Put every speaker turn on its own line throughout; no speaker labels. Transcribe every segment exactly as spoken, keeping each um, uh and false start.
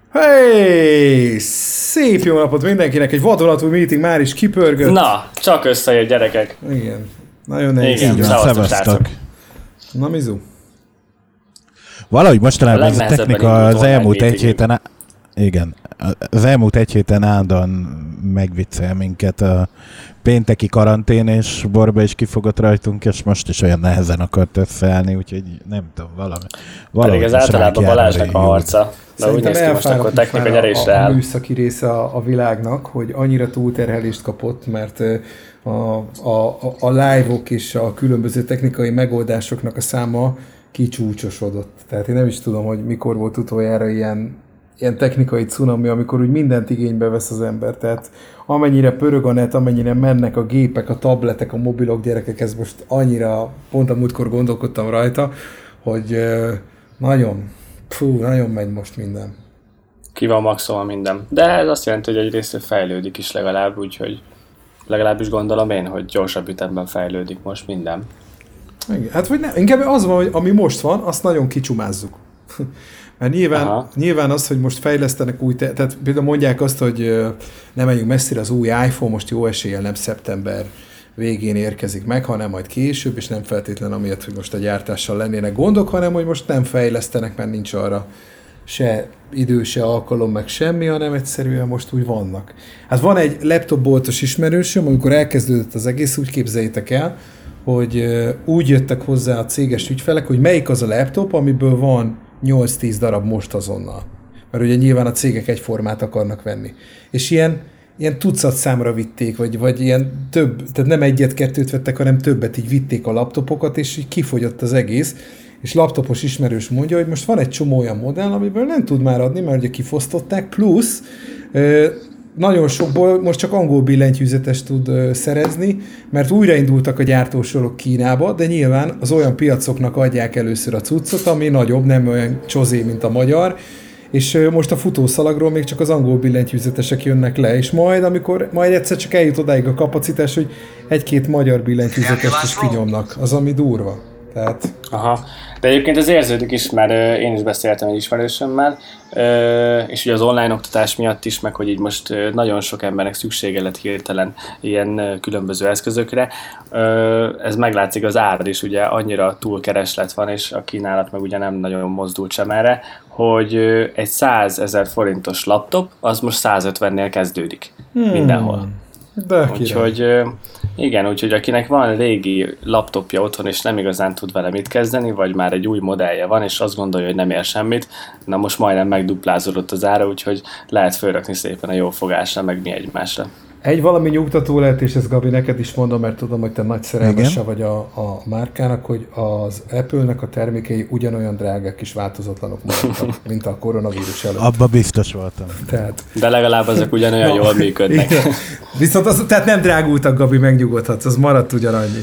Hey! Szép jó napot mindenkinek, egy vadonatúj meeting már is kipörgött.
Na, csak összejött gyerekek.
Igen, nagyon nehéz.
Igen, szevasztok.
Na Mizu?
Valahogy mostanában ez a technika az elmúlt egy héten... Á... Igen, az elmúlt egy héten állandóan megviccel minket a pénteki karantén, és borba is kifogott rajtunk, és most is olyan nehezen akart összeállni, úgyhogy nem tudom, valami.
Pedig ez általában Balázsnak a harca. De úgy néz ki most akkor technika nyerésre áll.
A műszaki része a, a világnak, hogy annyira túlterhelést kapott, mert a, a, a, a live-ok és a különböző technikai megoldásoknak a száma kicsúcsosodott. Tehát én nem is tudom, hogy mikor volt utoljára ilyen, ilyen technikai cunami, amikor úgy mindent igénybe vesz az ember. Tehát amennyire pörög a net, amennyire mennek a gépek, a tabletek, a mobilok, gyerekek, ez most annyira, pont a múltkor gondolkodtam rajta, hogy nagyon, fú, nagyon megy most minden.
Ki van maxolva minden. De ez azt jelenti, hogy egyrészt fejlődik is legalább, úgyhogy legalábbis gondolom én, hogy gyorsabb ütemben fejlődik most minden.
Igen, hát vagy nem, inkább az van, hogy ami most van, azt nagyon kicsumázzuk. Mert nyilván, nyilván az, hogy most fejlesztenek új, te- tehát például mondják azt, hogy nem menjünk messzire, az új iPhone most jó eséllyel nem szeptember végén érkezik meg, hanem majd később, és nem feltétlen amiatt, hogy most a gyártással lennének gondok, hanem hogy most nem fejlesztenek, mert nincs arra se idő, se alkalom, meg semmi, hanem egyszerűen most úgy vannak. Hát van egy laptopboltos ismerősöm, amikor elkezdődött az egész, úgy képzeljétek el, hogy úgy jöttek hozzá a céges ügyfelek, hogy melyik az a laptop, amiből van nyolc-tíz darab most azonnal. Mert ugye nyilván a cégek egyformát akarnak venni. És ilyen, ilyen tucat számra vitték, vagy, vagy ilyen több, tehát nem egyet-kettőt vettek, hanem többet, így vitték a laptopokat, és így kifogyott az egész. És laptopos ismerős mondja, hogy most van egy csomó olyan modell, amiből nem tud már adni, mert ugye kifosztották, plusz ö, nagyon sokból most csak angol billentyűzetes tud ö, szerezni, mert újraindultak a gyártósorok Kínába, de nyilván az olyan piacoknak adják először a cuccot, ami nagyobb, nem olyan csozé, mint a magyar, és ö, most a futószalagról még csak az angol billentyűzetesek jönnek le, és majd, amikor majd egyszer csak eljut odáig a kapacitás, hogy egy-két magyar billentyűzetest is kinyomnak, az ami durva. Tehát...
Aha. De egyébként ez érződik is, mert uh, én is beszéltem egy ismerősömmel, uh, és ugye az online oktatás miatt is, meg hogy így most uh, nagyon sok embernek szüksége lett hirtelen ilyen uh, különböző eszközökre. Uh, ez meglátszik az ár is, ugye annyira túlkereslet van, és a kínálat meg ugye nem nagyon mozdult sem erre, hogy uh, egy százezer forintos laptop, az most százötvennél kezdődik hmm. mindenhol. Úgyhogy igen, úgyhogy akinek van régi laptopja otthon, és nem igazán tud vele mit kezdeni, vagy már egy új modellje van, és azt gondolja, hogy nem ér semmit, na most majdnem megduplázódott az ára, úgyhogy lehet fölrakni szépen a jó fogásra, meg mi egymásra.
Egy valami nyugtató lehet, és ezt Gabi neked is mondom, mert tudom, hogy te nagy szerelmese vagy a, a márkának, hogy az Apple-nek a termékei ugyanolyan drágák és változatlanok maradtak, mint a koronavírus előtt.
Abba biztos voltam.
Tehát...
De legalább azok ugyanolyan no, jól működnek.
Igen. Viszont az, tehát nem drágultak, Gabi, megnyugodhatsz, az maradt ugyanannyi.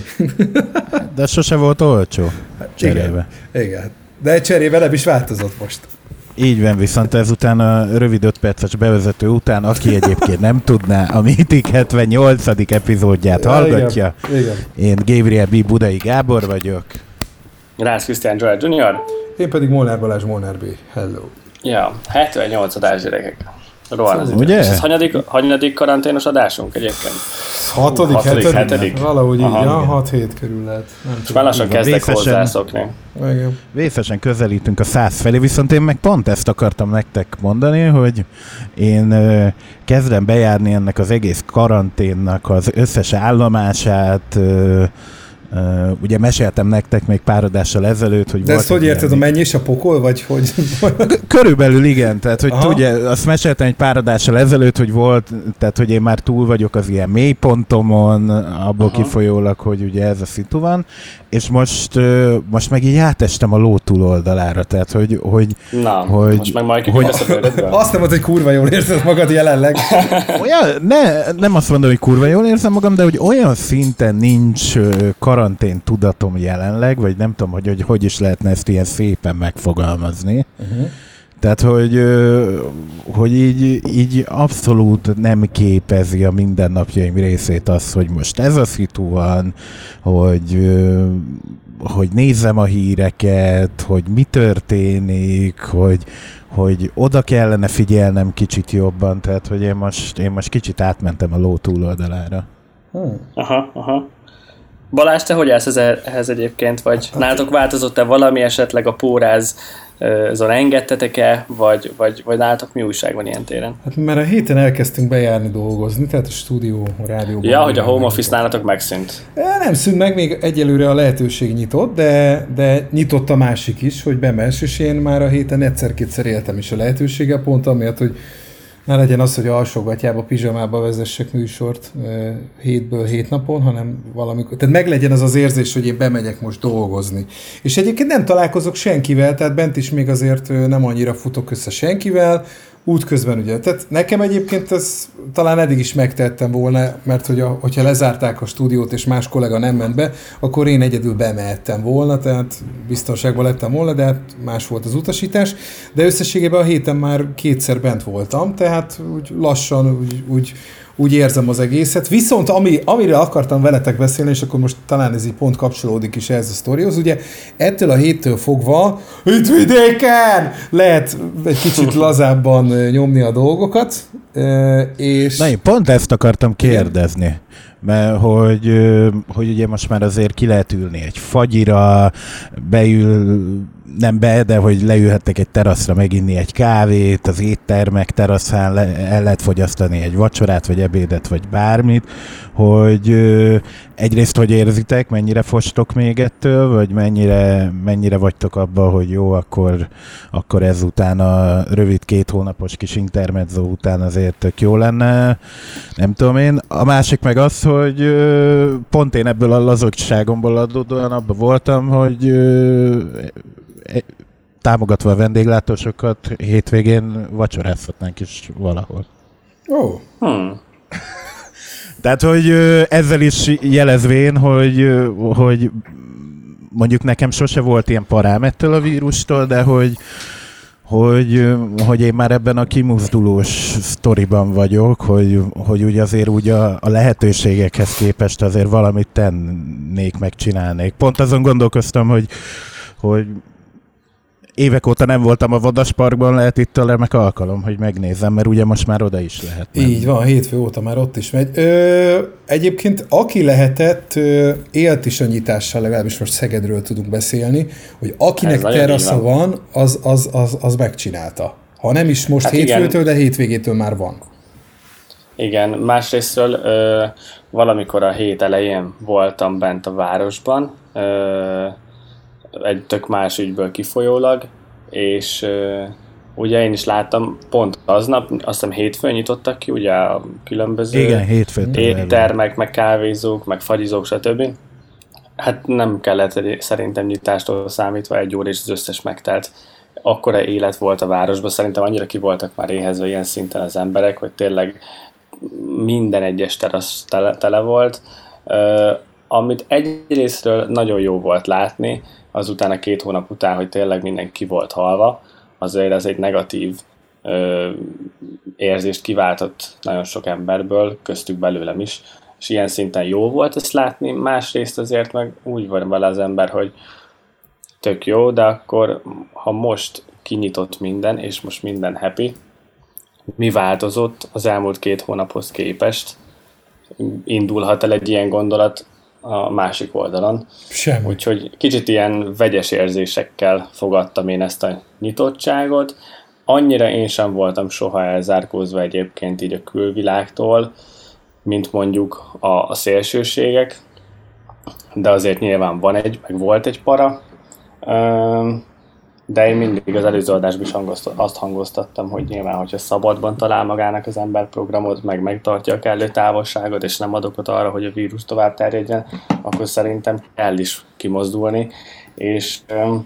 De sose volt olcsó cserébe.
Igen, igen. De cserébe nem is változott most.
Így van, viszont ezután a rövid öt perces bevezető után, aki egyébként nem tudná, a Mythic hetvennyolcadik epizódját hallgatja. Igen, igen. Én Gabriel B. Budai Gábor vagyok.
Rász Krisztián Joel junior
Én pedig Molnár Balázs Molnár B. Hello.
Ja, hetvennyolc adás, gyerekek. Rohan az
ugye?
És ez hanyadik, hanyadik karanténos adásunk egyébként?
Hatodik,
hatodik,
hetedik?
hetedik.
Valahogy így, ja, hat-hét körül lehet.
És már lassan kezdek hozzászokni.
Vészesen közelítünk a száz felé, viszont én meg pont ezt akartam nektek mondani, hogy én ö, kezdem bejárni ennek az egész karanténnak az összes állomását, ö, Uh, ugye meséltem nektek még pár adással ezelőtt, hogy...
De ezt hogy érted, a mennyi és a pokol, vagy hogy?
Körülbelül igen, tehát hogy tudja, azt meséltem egy pár adással ezelőtt, hogy volt, tehát hogy én már túl vagyok az ilyen mélypontomon, abból Aha. kifolyólag, hogy ugye ez a szitu van, és most, uh, most meg így átestem a ló túloldalára, tehát hogy... hogy
Na,
hogy,
most meg majd
hogy,
kikülsz a földedből?
Azt nem mondod, hogy kurva jól érzed magad jelenleg.
Olyan, ne, nem azt mondom, hogy kurva jól érzem magam, de hogy olyan szinten nincs karantén tudatom jelenleg, vagy nem tudom, hogy hogy, hogy is lehetne ezt ilyen szépen megfogalmazni. Uh-huh. Tehát, hogy, hogy így, így abszolút nem képezi a mindennapjaim részét az, hogy most ez a szitu van, hogy, hogy nézzem a híreket, hogy mi történik, hogy, hogy oda kellene figyelnem kicsit jobban, tehát hogy én most, én most kicsit átmentem a ló túloldalára.
Hmm. Aha, aha. Balázs, te hogy állsz ehhez egyébként? Vagy nálatok változott-e valami, esetleg a póráz azon engedtetek-e, vagy, vagy, vagy nálatok mi újság van ilyen téren?
Hát már a héten elkezdtünk bejárni dolgozni, tehát a stúdió, a rádióban.
Ja, hogy a home office nálatok megszűnt.
Nem szűnt meg, még egyelőre a lehetőség nyitott, de, de nyitott a másik is, hogy bemess, és én már a héten egyszer-kétszer éltem is a lehetőséggel, pont amiatt, hogy ne legyen az, hogy alsógatjába, pizsamába vezessek műsort hétből hét napon, hanem valamikor. Tehát meglegyen az az érzés, hogy én bemegyek most dolgozni. És egyébként nem találkozok senkivel, tehát bent is még azért nem annyira futok össze senkivel, útközben ugye. Tehát nekem egyébként ez talán eddig is megtettem volna, mert hogy a, hogyha lezárták a stúdiót és más kollega nem ment be, akkor én egyedül bemehettem volna, tehát biztonságban lettem volna, de hát más volt az utasítás. De összességében a héten már kétszer bent voltam, tehát úgy lassan, úgy, úgy, úgy érzem az egészet. Viszont ami, amire akartam veletek beszélni, és akkor most talán ez így pont kapcsolódik is ehhez a sztorihoz, ugye ettől a héttől fogva itt vidéken lehet egy kicsit lazábban nyomni a dolgokat, és...
Na, én pont ezt akartam kérdezni, mert hogy, hogy ugye most már azért ki lehet ülni egy fagyira, beül, nem be, de hogy leülhettek egy teraszra meginni egy kávét, az éttermek teraszán le, el lehet fogyasztani egy vacsorát, vagy ebédet, vagy bármit, hogy egyrészt hogy érzitek, mennyire fostok még ettől, vagy mennyire, mennyire vagytok abban, hogy jó, akkor, akkor ezután a rövid két hónapos kis intermezzo után azért tök jó lenne, nem tudom én. A másik meg az, hogy pont én ebből a lazogságomból adódóan abban voltam, hogy támogatva a vendéglátósokat hétvégén vacsorázhatnánk is valahol.
Ó. Oh. Hmm.
Tehát, hogy ezzel is jelezvén, hogy, hogy mondjuk nekem sose volt ilyen parám ettől a vírustól, de hogy, hogy, hogy én már ebben a kimozdulós sztoriban vagyok, hogy, hogy úgy azért úgy a, a lehetőségekhez képest azért valamit tennék, megcsinálnék. Pont azon gondolkoztam, hogy, hogy évek óta nem voltam a Vadasparkban, lehet itt a remek alkalom, hogy megnézzem, mert ugye most már oda is lehet.
Így menni. Van, hétfő óta már ott is megy. Ö, egyébként aki lehetett, ö, élt is a nyitással, legalábbis most Szegedről tudunk beszélni, hogy akinek terasza van, az, az, az, az megcsinálta. Ha nem is most hát hétfőtől, igen. De hétvégétől már van.
Igen, másrésztről ö, valamikor a hét elején voltam bent a városban, ö, egy tök más ügyből kifolyólag, és uh, ugye én is láttam pont aznap, azt hiszem hétfőn nyitottak ki, ugye a különböző
igen, hétfőn
éttermek, meg kávézók, meg fagyizók, stb. Hát nem kellett szerintem nyitástól számítva egy óra, és az összes megtelt. Akkora élet volt a városban, szerintem annyira ki voltak már éhezve ilyen szinten az emberek, hogy tényleg minden egyes terasz tele, tele volt. Uh, amit egyrésztről nagyon jó volt látni, azután a két hónap után, hogy tényleg mindenki volt halva, azért ez egy negatív ö, érzést kiváltott nagyon sok emberből, köztük belőlem is, és ilyen szinten jó volt ezt látni, másrészt azért meg úgy van vele az ember, hogy tök jó, de akkor ha most kinyitott minden, és most minden happy, mi változott az elmúlt két hónaphoz képest? Indulhat el egy ilyen gondolat a másik oldalon.
Semmi.
Úgyhogy kicsit ilyen vegyes érzésekkel fogadtam én ezt a nyitottságot. Annyira én sem voltam soha elzárkózva egyébként így a külvilágtól, mint mondjuk a, a szélsőségek, de azért nyilván van egy, meg volt egy para, de én mindig az előző adásban is azt hangoztattam, hogy nyilván, hogyha szabadban talál magának az ember programot, meg megtartja a kellő távolságot, és nem ad okot arra, hogy a vírus tovább terjedjen, akkor szerintem kell is kimozdulni, és,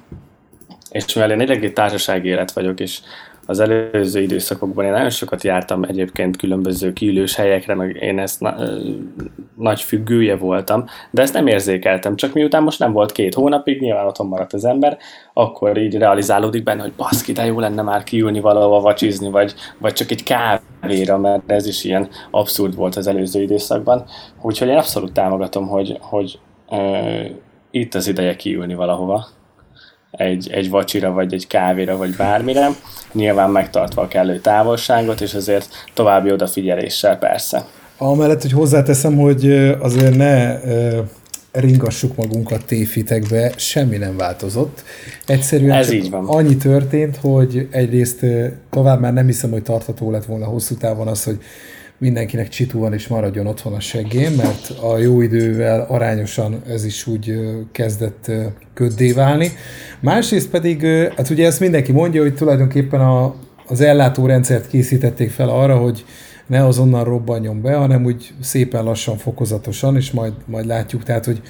és mivel én egy társasági élet vagyok, és az előző időszakokban én nagyon sokat jártam egyébként különböző kiülős helyekre, meg én ezt na- nagy függője voltam, de ezt nem érzékeltem, csak miután most nem volt két hónapig, nyilván otthon maradt az ember, akkor így realizálódik benne, hogy baszki, de jó lenne már kiülni valahova vacsizni, vagy, vagy csak egy kávéra, mert ez is ilyen abszurd volt az előző időszakban. Úgyhogy én abszolút támogatom, hogy, hogy uh, itt az ideje kiülni valahova. egy, egy vacsira, vagy egy kávéra, vagy bármire, nyilván megtartva a kellő távolságot, és azért további odafigyeléssel persze.
Amellett, hogy hozzáteszem, hogy azért ne ringassuk magunkat tévhitekbe, semmi nem változott. Egyszerűen
Ez
csak
így van.
Annyi történt, hogy egyrészt tovább már nem hiszem, hogy tartható lett volna hosszú távon az, hogy mindenkinek csitu van és maradjon otthon a seggén, mert a jó idővel arányosan ez is úgy kezdett köddé válni. Másrészt pedig, hát ugye ezt mindenki mondja, hogy tulajdonképpen a, az ellátórendszert készítették fel arra, hogy ne azonnal robbanjon be, hanem úgy szépen lassan, fokozatosan, és majd, majd látjuk, tehát, hogy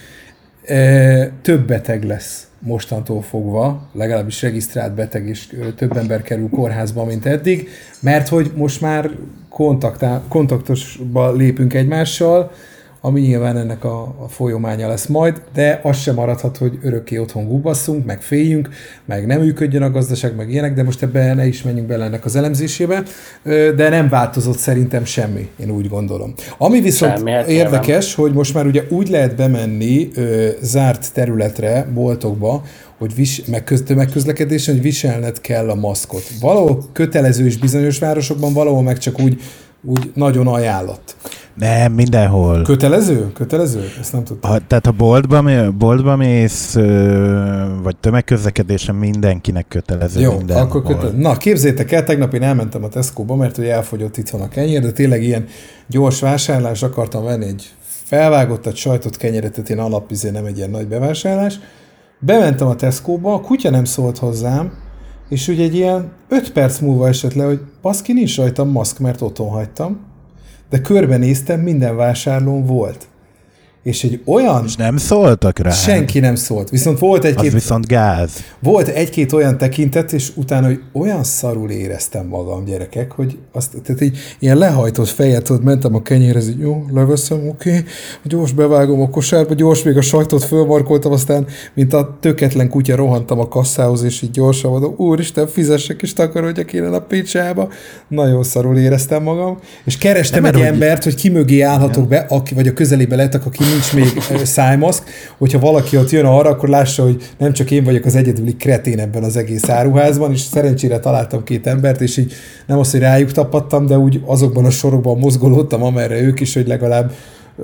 e, több beteg lesz mostantól fogva, legalábbis regisztrált beteg, és több ember kerül kórházba, mint eddig, mert hogy most már kontaktá, kontaktosba lépünk egymással, ami nyilván ennek a, a folyamánya lesz majd, de az sem maradhat, hogy örökké otthon gubbasszunk, meg féljünk, meg nem működjön a gazdaság, meg ilyenek, de most ebben ne is menjünk bele ennek az elemzésébe, de nem változott szerintem semmi, én úgy gondolom. Ami viszont semmi, hát érdekes, nyilván. Hogy most már ugye úgy lehet bemenni ö, zárt területre, boltokba, hogy vis, meg köz, tömegközlekedésen, hogy viselned kell a maszkot. Valahol kötelező is bizonyos városokban, valahol meg csak úgy, úgy nagyon ajánlott.
Nem, mindenhol.
Kötelező? Kötelező? Ezt nem tudtam.
Ha, tehát a boltba, boltba mész, vagy tömegközlekedésen mindenkinek kötelező.
Jó,
mindenhol.
akkor kötelező. Na, képzétek el, tegnap én elmentem a Tesco-ba, mert hogy elfogyott itthon a kenyér, de tényleg ilyen gyors vásárlás, akartam venni egy felvágottat, sajtot, kenyeret, én alapizé nem egy ilyen nagy bevásárlás. Bementem a Tesco-ba, a kutya nem szólt hozzám, és ugye egy ilyen öt perc múlva esett le, hogy baszki, nincs rajtam maszk, mert otthon hagytam. De körbenéztem, minden vásárlón volt. És egy olyan...
És nem szóltak rá?
Senki nem szólt. Viszont volt egy-két...
Az viszont gáz.
Volt egy-két olyan tekintet, és utána, hogy olyan szarul éreztem magam, gyerekek, hogy azt, tehát így ilyen lehajtott fejet, hogy mentem a kenyérhez, így jó, leveszem, oké, okay, gyors bevágom a kosárba, gyors még a sajtot fölmarkoltam, aztán, mint a töketlen kutya rohantam a kasszához, és így gyorsan mondom, úristen, fizessek és takarodjak innen a picsába. Nagyon szarul éreztem magam, és kerestem nem, egy embert, hogy ki mögé állhatok be, aki, vagy a közelébe lettek, aki nincs még szájmaszk, hogyha valaki ott jön arra, akkor lássa, hogy nem csak én vagyok az egyedüli kretén ebben az egész áruházban, és szerencsére találtam két embert, és így nem az, hogy rájuk tapadtam, de úgy azokban a sorokban mozgolódtam, amerre ők is, hogy legalább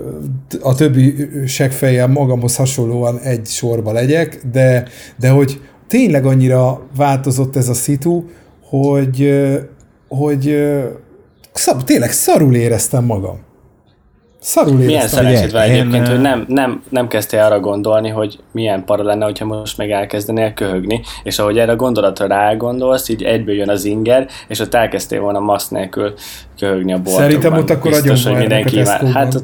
a többi seggfejjel magamhoz hasonlóan egy sorba legyek, de, de hogy tényleg annyira változott ez a szitu, hogy, hogy szab, tényleg szarul éreztem magam. Szarul
milyen szerencsét van egyébként, hogy nem, nem, nem kezdtél arra gondolni, hogy milyen para lenne, hogyha most meg elkezdenél köhögni, és ahogy erre a gondolatra rágondolsz, így egyből jön az inger, és ott elkezdtél volna maszk nélkül köhögni a boltokban.
Szerintem ott akkor
biztos, hogy mindenki már... Hát,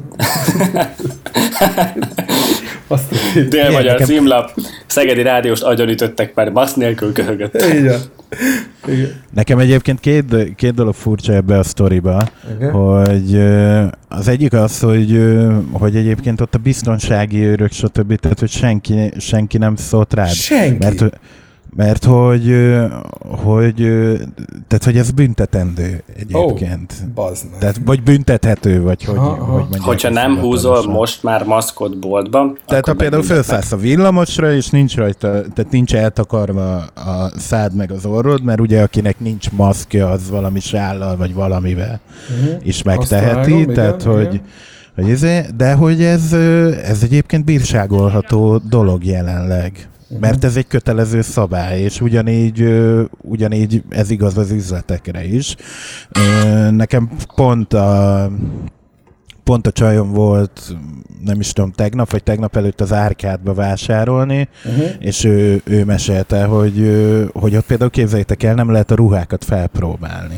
Dél-Magyar címlap, Szegedi Rádióst agyonütöttek, mert maszk nélkül köhögött.
Igen. Igen.
Nekem egyébként két, két dolog furcsa ebbe a sztoriba, okay. Hogy az egyik az, hogy, hogy egyébként ott a biztonsági őrök, stb. Tehát, hogy senki, senki nem szólt rád.
Senki?
Mert, mert hogy, hogy, tehát, hogy ez büntetendő egyébként.
Oh, bazd meg.
Tehát, vagy büntethető, vagy hogy,
aha, aha.
hogy mondják.
Hogyha nem húzol most már maszkot boltban,
tehát ha például felszállsz a villamosra, és nincs rajta, tehát nincs eltakarva a szád meg az orrod, mert ugye akinek nincs maszkja, az valami sállal, vagy valamivel uh-huh. is megteheti, vágom, tehát igen, hogy, igen. hogy ezért, de hogy ez, ez egyébként bírságolható dolog jelenleg. Mert ez egy kötelező szabály, és ugyanígy, ugyanígy ez igaz az üzletekre is. Nekem pont a, pont a csajom volt, nem is tudom, tegnap, vagy tegnap előtt az Árkádba vásárolni, uh-huh. és ő, ő mesélte, hogy, hogy ott például képzeljétek el, nem lehet a ruhákat felpróbálni.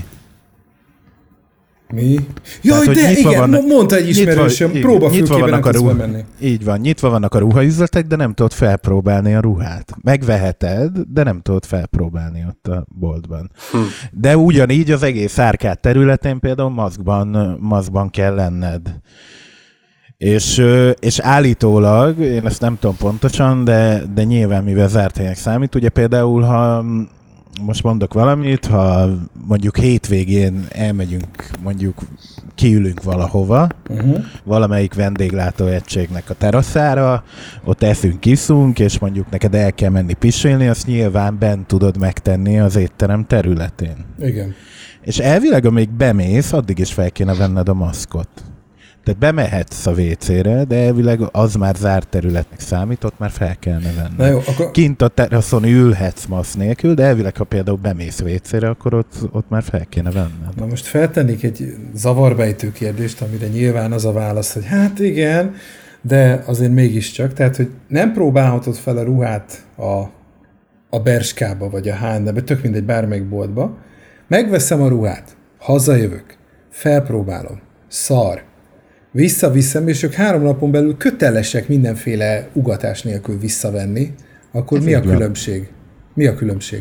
Mi? Jaj, tehát, de igen, van, mondta egy ismerősöm, próbafülkében nem tudsz bemenni.
Így van, nyitva vannak a ruhaüzletek, de nem tudod felpróbálni a ruhát. Megveheted, de nem tudod felpróbálni ott a boltban. Hm. De ugyanígy az egész Árkád területén például maszkban, maszkban kell lenned. És, és állítólag, én ezt nem tudom pontosan, de, de nyilván mivel zárt helyek számít, ugye például, ha most mondok valamit, ha mondjuk hétvégén elmegyünk, mondjuk kiülünk valahova, uh-huh. valamelyik vendéglátóegységnek a teraszára, ott eszünk, iszunk, és mondjuk neked el kell menni pisilni, azt nyilván bent tudod megtenni az étterem területén.
Igen.
És elvileg, amíg bemész, addig is fel kéne venned a maszkot. Tehát bemehetsz a vécére, de elvileg az már zárt területnek számít, ott már fel kellene venni. Na jó, akkor... Kint a teraszon ülhetsz maszk nélkül, de elvileg, ha például bemész vécére, akkor ott, ott már fel kéne venned.
Na most feltennék egy zavarbejtő kérdést, amire nyilván az a válasz, hogy hát igen, de azért mégiscsak, tehát, hogy nem próbálhatod fel a ruhát a, a Berskába, vagy a há és em-be, tök mindegy, bármelyik boltba, megveszem a ruhát, hazajövök, felpróbálom, szar, visszaviszem, és ők három napon belül kötelesek mindenféle ugatás nélkül visszavenni, akkor ez mi a van. különbség? Mi a különbség?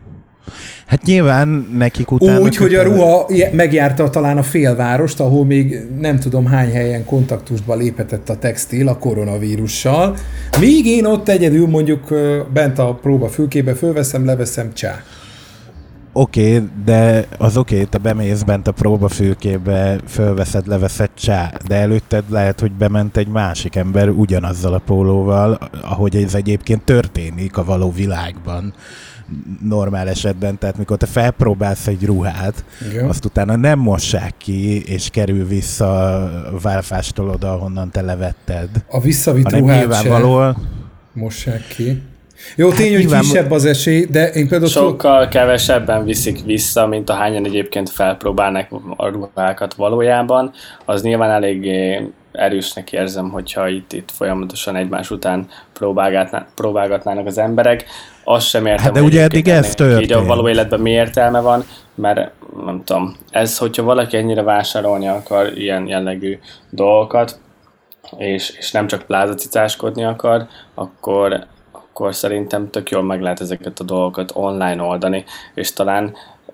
Hát nyilván nekik utána...
Úgy, hogy a ruha megjárta talán a félvárost, ahol még nem tudom hány helyen kontaktusba léphetett a textil a koronavírussal, míg én ott egyedül mondjuk bent a próbafülkébe fölveszem, leveszem, csá.
Oké, okay, de az oké, okay, te bemész bent a próbafülkébe, fölveszed, leveszed, csá, de előtted lehet, hogy bement egy másik ember ugyanazzal a pólóval, ahogy ez egyébként történik a való világban, normál esetben, tehát mikor te felpróbálsz egy ruhát, igen. azt utána nem mossák ki, és kerül vissza a válfástól oda, ahonnan te levetted.
A visszavitt ruhát se mossák ki. Jó, tény, hát, hogy kisebb az esély, de én például...
Sokkal kevesebben viszik vissza, mint ahányan egyébként felpróbálnak a ruhákat valójában. Az nyilván eléggé erősnek érzem, hogyha itt, itt folyamatosan egymás után próbálgatnának az emberek. Azt sem értem,
hát de ugye eddig ez történt.
Így a való életben mi értelme van, mert nem tudom, ez, hogyha valaki ennyire vásárolni akar ilyen jellegű dolgokat, és, és nem csak plázacicáskodni akar, akkor akkor szerintem tök jól meg lehet ezeket a dolgokat online oldani, és talán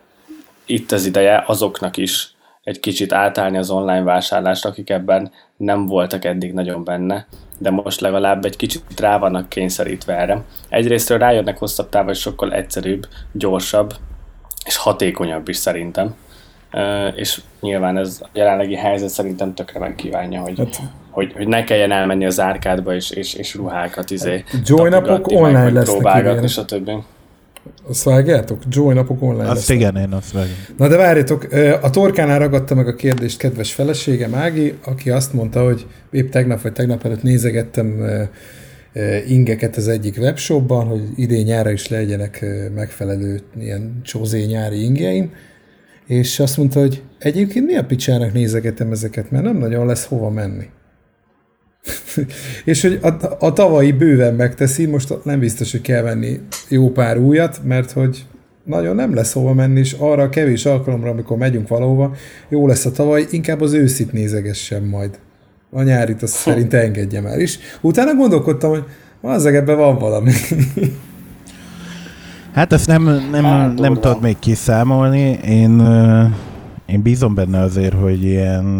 itt az ideje azoknak is egy kicsit átállni az online vásárlásra, akik ebben nem voltak eddig nagyon benne, de most legalább egy kicsit rá vannak kényszerítve erre. Egyrésztről rájönnek hosszabb távon, hogy sokkal egyszerűbb, gyorsabb és hatékonyabb is szerintem. És nyilván ez a jelenlegi helyzet szerintem tökre megkívánja, hogy, hát, hogy, hogy ne kelljen elmenni az árkádba és, és, és ruhákat izé
Joy-napok online meg, lesznek,
próbálgatni, stb.
Azt vágjátok? Joy-napok online
azt
lesznek.
Igen, én azt vágom.
Na de várjátok, a torkánál ragadta meg a kérdést kedves feleségem Ági, aki azt mondta, hogy épp tegnap vagy tegnap előtt nézegettem ingeket az egyik webshopban, hogy idén nyára is legyenek megfelelő ilyen csózé nyári ingeim, és azt mondta, hogy egyébként mi a picsának nézegetem ezeket, mert nem nagyon lesz hova menni. És hogy a, a tavalyi bőven megteszi, most nem biztos, hogy kell venni jó pár újat, mert hogy nagyon nem lesz hova menni, és arra a kevés alkalomra, amikor megyünk valahova, jó lesz a tavaly, inkább az őszit nézegessem majd. A nyárit azt szerint engedjem el is. Utána gondolkodtam, hogy az ebben van valami.
Hát ezt nem, nem, hát, nem tudod még kiszámolni. Én, én bízom benne azért, hogy ilyen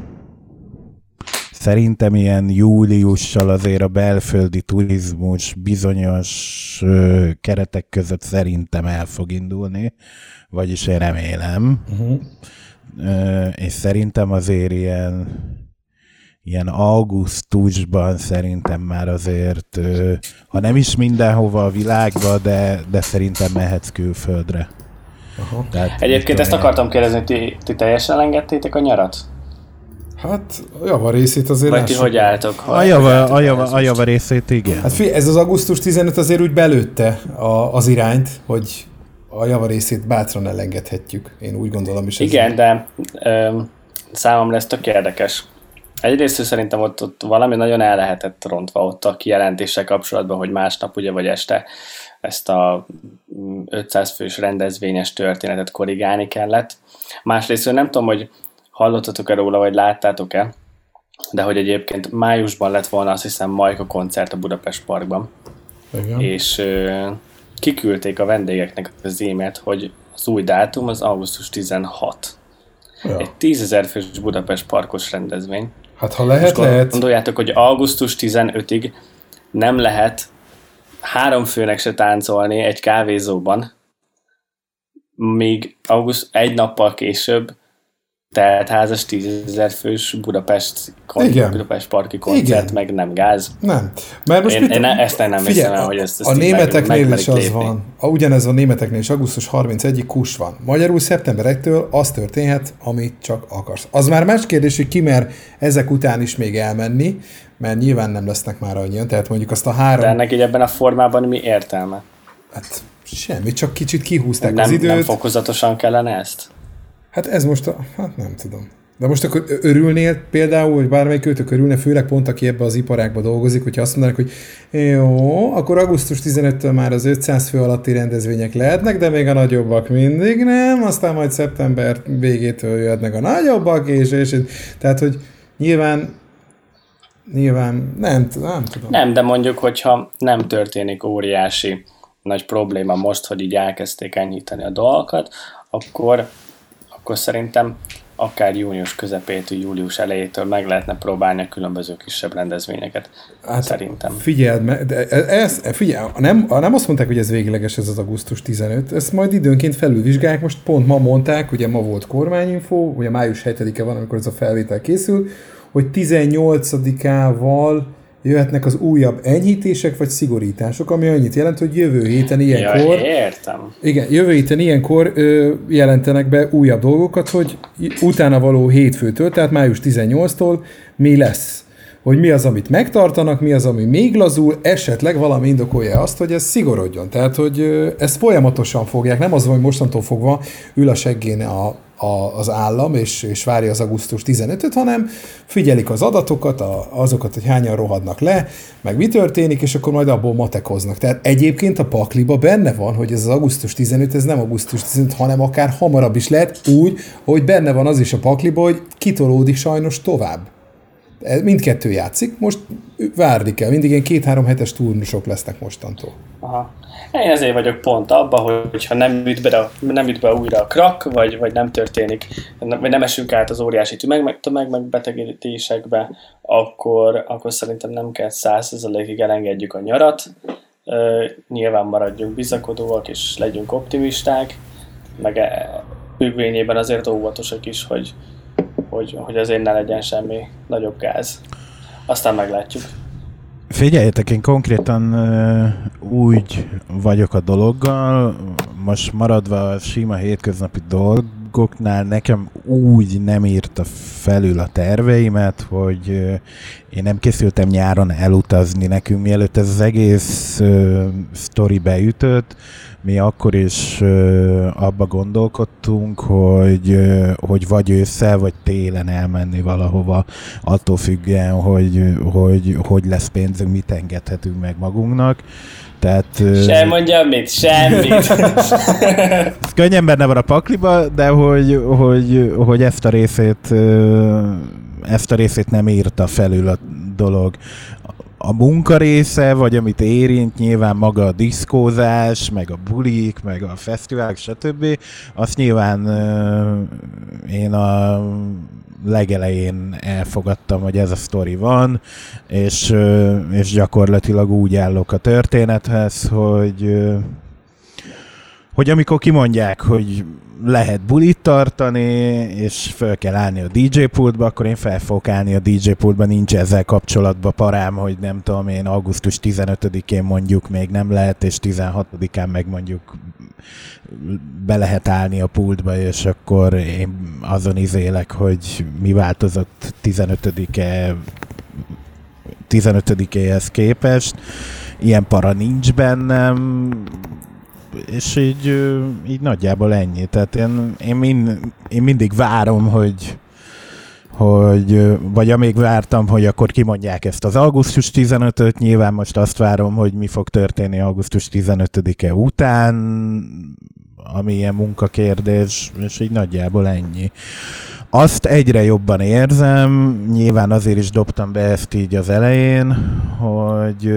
szerintem ilyen júliussal azért a belföldi turizmus bizonyos keretek között szerintem el fog indulni, vagyis én remélem. Uh-huh. És szerintem azért ilyen ilyen augusztusban szerintem már azért, ha nem is mindenhova a világba, de, de szerintem mehetsz külföldre.
Aha. Tehát, egyébként ezt akartam kérdezni, ti, ti teljesen elengedtétek a nyarat?
Hát a java részét azért...
Vagy ti hogy álltok?
A java, a, java, a java részét igen.
Hát figyelj, ez az augusztus tizenöt azért úgy belőtte a, az irányt, hogy a java részét bátran elengedhetjük. Én úgy gondolom is.
Igen, de ö, számomra ez tök érdekes. Egyrészt szerintem ott, ott valami nagyon el lehetett rontva ott a kijelentéssel kapcsolatban, hogy másnap ugye vagy este ezt a ötszáz fős rendezvényes történetet korrigálni kellett. Másrészt nem tudom, hogy hallottatok-e róla, vagy láttátok-e, de hogy egyébként májusban lett volna azt hiszem Majka koncert a Budapest Parkban. Igen. És ö, kiküldték a vendégeknek az e-mailt, hogy az új dátum az augusztus tizenhatodika. Ja. Egy tízezer fős Budapest Parkos rendezvény.
Hát ha lehet, lehet.
Gondoljátok, hogy augusztus tizenötödikéig nem lehet három főnek se táncolni egy kávézóban, még auguszt egy nappal később tehát házas tízezer fős Budapest, kon- Budapest parki koncert, igen. Meg nem gáz.
Nem. Mert most
én,
mit,
én ezt nem hiszem el, hogy ezt, ezt
a németeknél is az
lépni.
van. A, ugyanez a németeknél is augusztus harmincegyedikéig kus van. Magyarul szeptember elsejétől az történhet, amit csak akarsz. Az már más kérdés, hogy ki mer ezek után is még elmenni, mert nyilván nem lesznek már annyian, tehát mondjuk azt a három...
De ennek így ebben a formában mi értelme?
Hát semmi, csak kicsit kihúzták
nem,
az időt.
Nem fokozatosan kellene ezt?
Hát ez most a... Hát nem tudom. De most akkor örülnél például, hogy bármelyik őtök örülne, főleg pont aki ebbe az iparágban dolgozik, hogyha azt mondanak, hogy jó, akkor augusztus tizenötödikétől már az ötszáz fő alatti rendezvények lehetnek, de még a nagyobbak mindig nem, aztán majd szeptember végétől jöhetnek a nagyobbak, és, és tehát, hogy nyilván nyilván nem, nem tudom.
Nem, de mondjuk, hogyha nem történik óriási nagy probléma most, hogy így elkezdték enyhíteni a dolgokat, akkor, akkor szerintem akár június közepétől, július elejétől meg lehetne próbálni a különböző kisebb rendezvényeket. Hát szerintem.
Figyeld meg, de ez, figyelj, nem, nem azt mondták, hogy ez végleges ez az augusztus tizenötödike, ezt majd időnként felülvizsgálják, most pont ma mondták, ugye ma volt kormányinfo, ugye május hetedike van, amikor ez a felvétel készül, hogy tizennyolcadikával jöhetnek az újabb enyhítések vagy szigorítások, ami annyit jelent, hogy jövő héten ilyenkor...
Ja, értem.
Igen, jövő héten ilyenkor ö, jelentenek be újabb dolgokat, hogy utána való hétfőtől, tehát május tizennyolcadiktól mi lesz. Hogy mi az, amit megtartanak, mi az, ami még lazul, esetleg valami indokolja azt, hogy ez szigorodjon. Tehát, hogy ö, ezt folyamatosan fogják, nem az, hogy mostantól fogva ül a seggén a A, az állam, és, és várja az augusztus tizenötödikét, hanem figyelik az adatokat, a, azokat, hogy hányan rohadnak le, meg mi történik, és akkor majd abból matekoznak. Tehát egyébként a pakliba benne van, hogy ez az augusztus tizenötödike, ez nem augusztus tizenötödike, hanem akár hamarabb is lehet, úgy, hogy benne van az is a pakliba, hogy kitolódik sajnos tovább. Mindkettő játszik, most várni kell, mindig ilyen két-három hetes turnusok lesznek mostantól. Aha.
Én ezért vagyok pont abban, hogyha nem üt be, nem üt be újra a krak, vagy, vagy nem történik, vagy nem esünk át az óriási tömegbetegedésekbe, akkor, akkor szerintem nem kell száz százalékig elengedjük a nyarat. Uh, nyilván maradjunk bizakodóak, és legyünk optimisták, meg függvényében azért óvatosak is, hogy, hogy, hogy azért ne legyen semmi nagyobb gáz. Aztán meglátjuk.
Figyeljetek, én konkrétan uh, úgy vagyok a dologgal, most maradva a sima hétköznapi dolgoknál, nekem úgy nem írta felül a terveimet, hogy uh, én nem készültem nyáron elutazni nekünk, mielőtt ez az egész uh, sztori beütött. Mi akkor is uh, abba gondolkodtunk, hogy, uh, hogy vagy ősszel, vagy télen elmenni valahova, attól függően, hogy, hogy, hogy lesz pénzünk, mit engedhetünk meg magunknak. Tehát, uh,
sem mondjam mit, semmit.
Könnyen benne van a pakliba, de hogy, hogy, hogy ezt a részét, uh, ezt a részét nem írta felül a dolog. A munka része, vagy amit érint, nyilván maga a diszkózás, meg a bulik, meg a fesztiválok, stb. Azt nyilván uh, én a legelején elfogadtam, hogy ez a sztori van, és, uh, és gyakorlatilag úgy állok a történethez, hogy, uh, hogy amikor kimondják, hogy lehet bulit tartani, és fel kell állni a dé dzsé pultba, akkor én fel fogok állni a dé dzsé pultba, nincs ezzel kapcsolatban parám, hogy nem tudom én, augusztus tizenötödikén mondjuk még nem lehet, és tizenhatodikán meg mondjuk be lehet állni a pultba, és akkor én azon izélek, hogy mi változott tizenötödike tizenötödikéhez képest. Ilyen para nincs bennem, és így, így nagyjából ennyi. Tehát én, én, mind, én mindig várom, hogy, hogy, vagy amíg vártam, hogy akkor kimondják ezt az augusztus tizenötödiket, nyilván most azt várom, hogy mi fog történni augusztus tizenötödike után, ami ilyen munkakérdés, és így nagyjából ennyi. Azt egyre jobban érzem, nyilván azért is dobtam be ezt így az elején, hogy...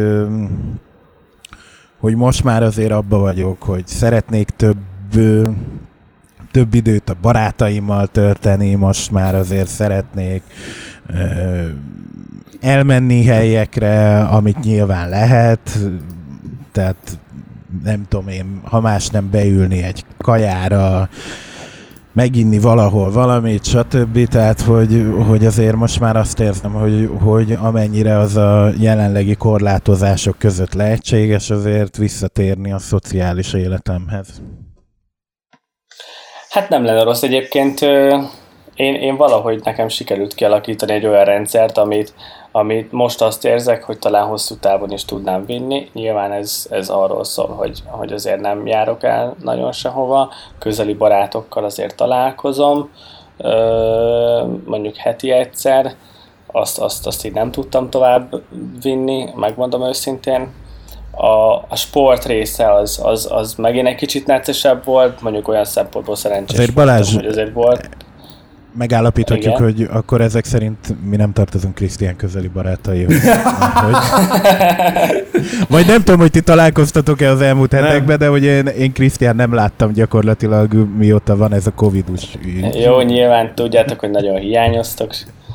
hogy most már azért abba vagyok, hogy szeretnék több, több időt a barátaimmal tölteni, most már azért szeretnék ö, elmenni helyekre, amit nyilván lehet, tehát nem tudom én, ha más nem beülni egy kajára, meginni valahol valamit, stb. Tehát, hogy, hogy azért most már azt érzem, hogy, hogy amennyire az a jelenlegi korlátozások között lehetséges, azért visszatérni a szociális életemhez.
Hát nem lenne rossz egyébként. Én, én valahogy nekem sikerült kialakítani egy olyan rendszert, amit, amit most azt érzek, hogy talán hosszú távon is tudnám vinni. Nyilván ez, ez arról szól, hogy, hogy azért nem járok el nagyon sehova, közeli barátokkal azért találkozom, mondjuk heti egyszer, azt, azt, azt így nem tudtam tovább vinni, megmondom őszintén. A, a sport része az, az, az megint egy kicsit neccesebb volt, mondjuk olyan szempontból szerencsés
azért Balázs,
voltam, hogy azért volt.
Megállapíthatjuk, igen, hogy akkor ezek szerint mi nem tartozunk Krisztián közeli barátaihoz. hogy... Vagy nem tudom, hogy ti találkoztatok-e az elmúlt hetekben, de hogy én, én Krisztián nem láttam gyakorlatilag, mióta van ez a covidus ügy.
Jó, nyilván tudjátok, hogy nagyon hiányoztok.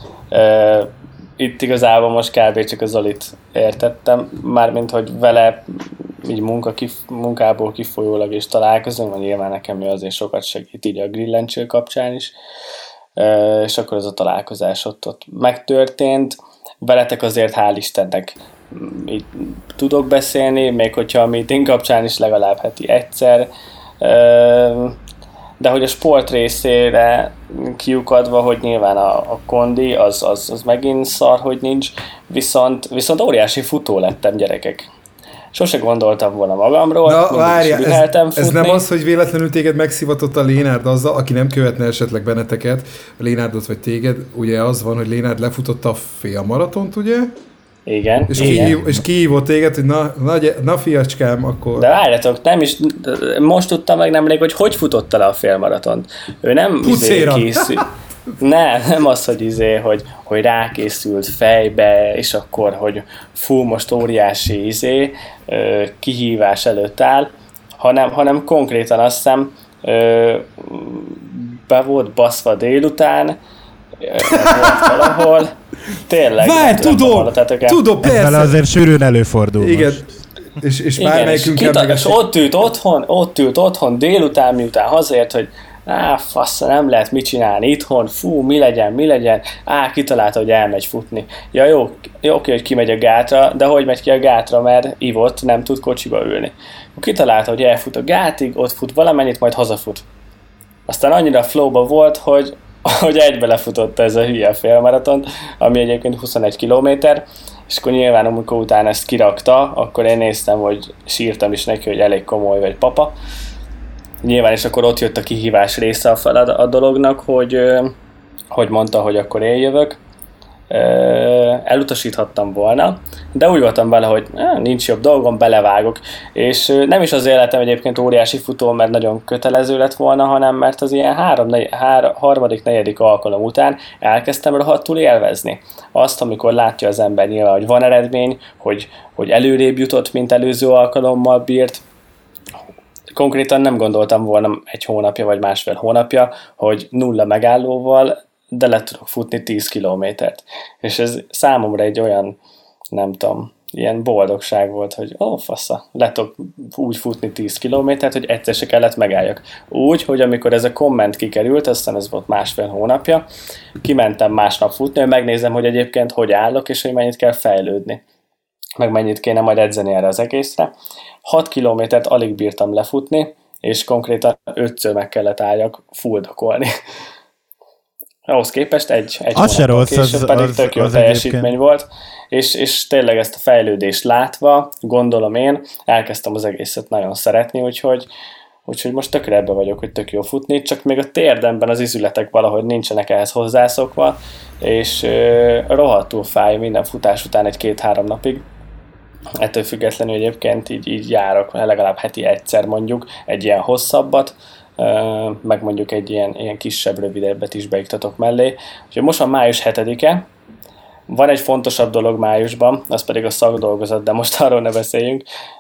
Itt igazából most kb. Csak az Zolit értettem, mármint, hogy vele így munka kif, munkából kifolyólag is találkozunk, vagy nyilván nekem ő azért sokat segít így a grillencső kapcsán is. Uh, és akkor az a találkozás ott, ott megtörtént. Veletek azért hál' Istennek így tudok beszélni, még hogyha a meeting kapcsán is legalább heti egyszer. Uh, de hogy a sport részére kiukadva, hogy nyilván a, a kondi, az, az, az megint szar, hogy nincs, viszont, viszont óriási futó lettem, gyerekek. Sose gondoltam volna magamról,
na, várja, ez, ez nem az, hogy véletlenül téged megszivatott a Lénárd azzal, aki nem követne esetleg benneteket, Lénárdot vagy téged, ugye az van, hogy Lénárd lefutotta a félmaratont, ugye?
Igen.
És,
igen.
Kihív, és kihívott téged, hogy na, na, na fiacskám, akkor...
De várjatok, nem is, most tudtam meg nemrég, hogy hogy futotta le a félmaratont. Ő nem izé készül. Nem, nem az, hogy izé, hogy, hogy rákészült fejbe, és akkor, hogy fú, most óriási izé, kihívás előtt áll, hanem, hanem konkrétan azt hiszem, be volt baszva délután, volt valahol, tényleg.
Várj, tudom, tudom, persze.
Ezzel azért sűrűn előfordul.
Igen. És, és bármelyikünk
és, kita- és ott ült otthon, ott ült otthon délután, miután hazért, hogy á, fasz, nem lehet mit csinálni itthon, fú, mi legyen, mi legyen, á, kitalálta, hogy elmegy futni. Ja, jó, jó, oké, hogy kimegy a gátra, de hogy megy ki a gátra, mert ivott, nem tud kocsiba ülni. Kitalálta, hogy elfut a gátig, ott fut valamennyit, majd hazafut. Aztán annyira flowba volt, hogy, hogy egybe lefutotta ez a hülye félmaraton, ami egyébként huszonegy kilométer, és akkor nyilván, amikor utána ezt kirakta, akkor én néztem, hogy sírtam is neki, hogy elég komoly vagy papa. Nyilván, és akkor ott jött a kihívás része a, fel a dolognak, hogy, hogy mondta, hogy akkor én jövök. Elutasíthattam volna, de úgy voltam vele, hogy nincs jobb dolgom, belevágok. És nem is az életem egyébként óriási futó, mert nagyon kötelező lett volna, hanem mert az ilyen három, negy, három, harmadik, negyedik alkalom után elkezdtem rohadtul élvezni. Azt, amikor látja az ember nyilván, hogy van eredmény, hogy, hogy előrébb jutott, mint előző alkalommal bírt. Konkrétan nem gondoltam volna egy hónapja vagy másfél hónapja, hogy nulla megállóval, de le tudok futni tíz kilométert. És ez számomra egy olyan, nem tudom, ilyen boldogság volt, hogy ó, fasza, le tudok úgy futni tíz kilométert, hogy egyszer se kellett megálljak. Úgy, hogy amikor ez a komment kikerült, aztán ez volt másfél hónapja, kimentem másnap futni, hogy megnézem, hogy egyébként hogy állok, és hogy mennyit kell fejlődni. Meg mennyit kéne majd edzeni erre az egészre. hat kilométert alig bírtam lefutni, és konkrétan ötször meg kellett álljak fuldokolni. Ahhoz képest egy, egy hónappal később az, pedig az, tök jó az teljesítmény egyébként volt, és, és tényleg ezt a fejlődést látva, gondolom én, elkezdtem az egészet nagyon szeretni, úgyhogy, úgyhogy most tökre ebbe vagyok, hogy tök jó futni, csak még a térdemben az izületek valahogy nincsenek ehhez hozzászokva, és ö, rohadtul fáj minden futás után egy-két-három napig. Ettől függetlenül egyébként így, így járok legalább heti egyszer mondjuk egy ilyen hosszabbat, meg mondjuk egy ilyen, ilyen kisebb, rövidebbet is beiktatok mellé. Úgyhogy most van május hetedike, van egy fontosabb dolog májusban, az pedig a szakdolgozat, de most arról ne beszéljünk.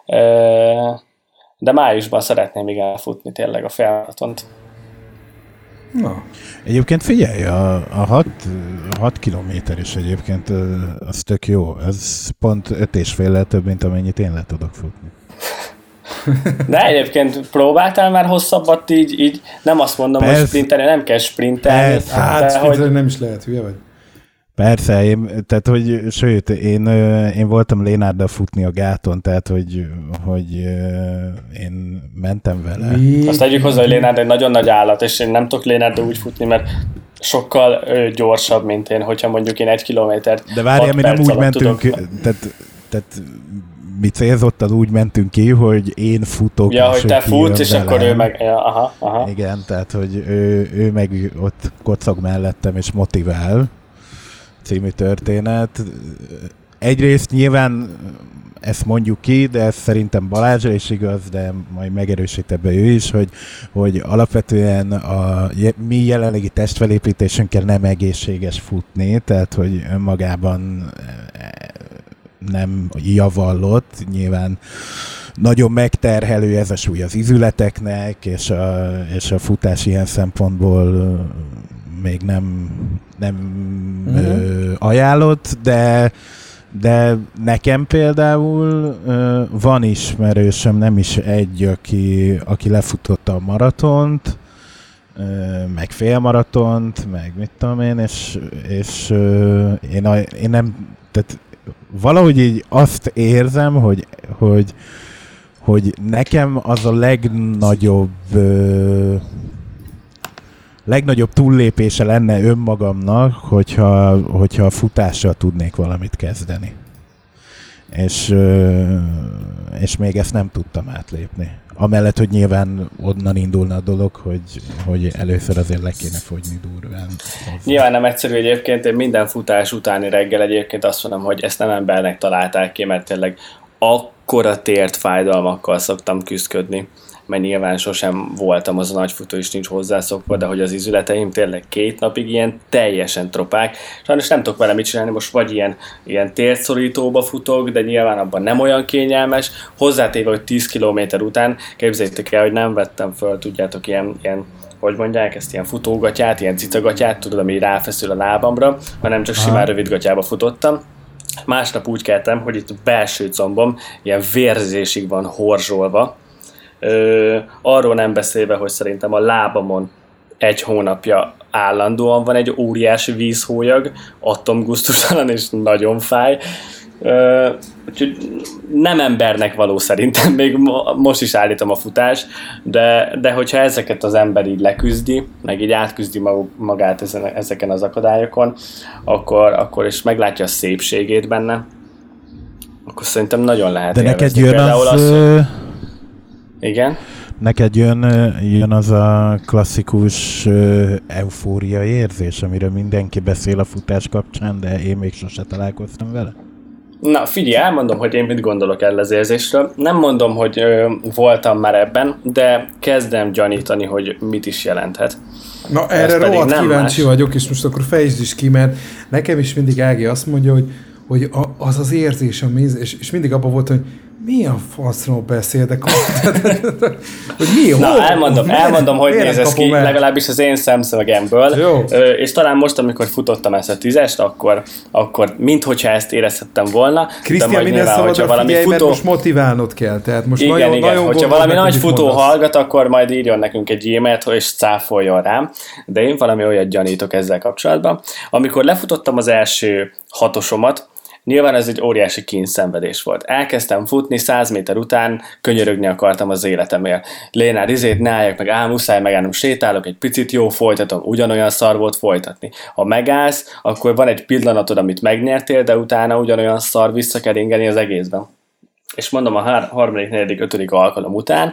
De májusban szeretném még elfutni tényleg a félmaratont.
Na. Egyébként figyelj, a, a hat, hat kilométer is egyébként az tök jó. Ez pont öt és féllel több, mint amennyit én le tudok futni.
De egyébként próbáltál már hosszabbat így, így nem azt mondom, Persze. hogy sprintelni, nem kell sprintelni.
Hát, hogy... nem is lehet, hülye vagy.
Persze, én, tehát, hogy sőt, én, én voltam Lénárddal futni a gáton, tehát, hogy, hogy én mentem vele.
Mi? Azt tegyük hozzá, hogy Lénárd egy nagyon nagy állat, és én nem tudok Lénárddal úgy futni, mert sokkal ö, gyorsabb, mint én, hogyha mondjuk én egy kilométert
De várjál, mi nem úgy mentünk, tehát, tehát mi célzottan úgy mentünk ki, hogy én futok.
Ja, hogy te futsz, és velem. Akkor ő meg... Ja, aha, aha.
Igen, tehát, hogy ő, ő meg ott kocog mellettem, és motivál. Című történet. Egyrészt nyilván ezt mondjuk ki, de ez szerintem Balázsra is igaz, de majd megerősít ebbe ő is, hogy, hogy alapvetően a mi jelenlegi testfelépítésünkkel nem egészséges futni, tehát hogy önmagában nem javallott, nyilván nagyon megterhelő ez a súly az izületeknek, és a, és a futás ilyen szempontból még nem, nem uh-huh. ö, ajánlott, de, de nekem például ö, van ismerősöm, nem is egy, aki, aki lefutotta a maratont, ö, meg félmaratont, meg mit tudom én, és, és ö, én, a, én nem, tehát valahogy így azt érzem, hogy, hogy, hogy nekem az a legnagyobb ö, legnagyobb túllépése lenne önmagamnak, hogyha, hogyha a futással tudnék valamit kezdeni. És, és még ezt nem tudtam átlépni. Amellett, hogy nyilván onnan indulna a dolog, hogy, hogy először azért le kéne fogyni durván.
Nyilván nem egyszerű egyébként, én minden futás utáni reggel egyébként azt mondom, hogy ezt nem embernek találták ki, mert tényleg akkora tért fájdalmakkal szoktam küzdködni, mert nyilván sosem voltam az a nagy futó, és nincs hozzászokva, de hogy az izületeim tényleg két napig ilyen teljesen tropák. Sajnos nem tudok vele mit csinálni, most vagy ilyen, ilyen térdszorítóba futok, de nyilván abban nem olyan kényelmes. Hozzátéve, hogy tíz kilométer után, képzeljétek el, hogy nem vettem föl, tudjátok, ilyen, ilyen hogy mondják ezt, ilyen futógatyát, ilyen cicagatyát, tudod, ami ráfeszül a lábamra, hanem csak simán rövidgatyába futottam. Másnap úgy keltem, hogy itt a belső combom ilyen vérzésig van horzsolva. Ö, arról nem beszélve, hogy szerintem a lábamon egy hónapja állandóan van egy óriási vízhólyag, atomgusztustalan és nagyon fáj. Ö, úgyhogy nem embernek való szerintem, még most is állítom a futás, de, de hogyha ezeket az ember így leküzdi, meg így átküzdi magát ezen, ezeken az akadályokon, akkor, akkor is meglátja a szépségét benne, akkor szerintem nagyon lehet
de élvezni. De neked jön az... az hogy...
Igen?
Neked jön, jön az a klasszikus eufória érzés, amiről mindenki beszél a futás kapcsán, de én még sose találkoztam vele?
Na figyelj, elmondom, hogy én mit gondolok erről az érzésről. Nem mondom, hogy ö, voltam már ebben, de kezdem gyanítani, hogy mit is jelenthet.
Na erre rohadt kíváncsi más. vagyok, és most akkor fejtsd is ki, mert nekem is mindig Ági azt mondja, hogy, hogy az az érzés, ami, és, és mindig abban volt, hogy mi a faszról beszél, de hogy mi?
Na, hol? elmondom, elmondom, hogy néz ez ki, el? legalábbis az én szemszögemből. És talán most, amikor futottam ezt a tízest, akkor, akkor minthogyha ezt érezhettem volna.
Krisztián, minden szabadra valami figyelj, futó... mert most motiválnod kell. Tehát most
igen,
nagyon,
igen.
nagyon
hogyha valami nagy futó mondasz. hallgat, akkor majd írjon nekünk egy e-mailt, és cáfoljon rám. De én valami olyat gyanítok ezzel kapcsolatban. Amikor lefutottam az első hatosomat, nyilván ez egy óriási kínszenvedés volt. Elkezdtem futni, száz méter után könyörögni akartam az életemért. Lénár, izét, ne álljak meg, á, muszáj megállnom, sétálok egy picit, jó, folytatom. Ugyanolyan szar volt folytatni. Ha megállsz, akkor van egy pillanatod, amit megnyertél, de utána ugyanolyan szar visszakeringeni az egészben. És mondom, a harmadik, negyedik, ötödik alkalom után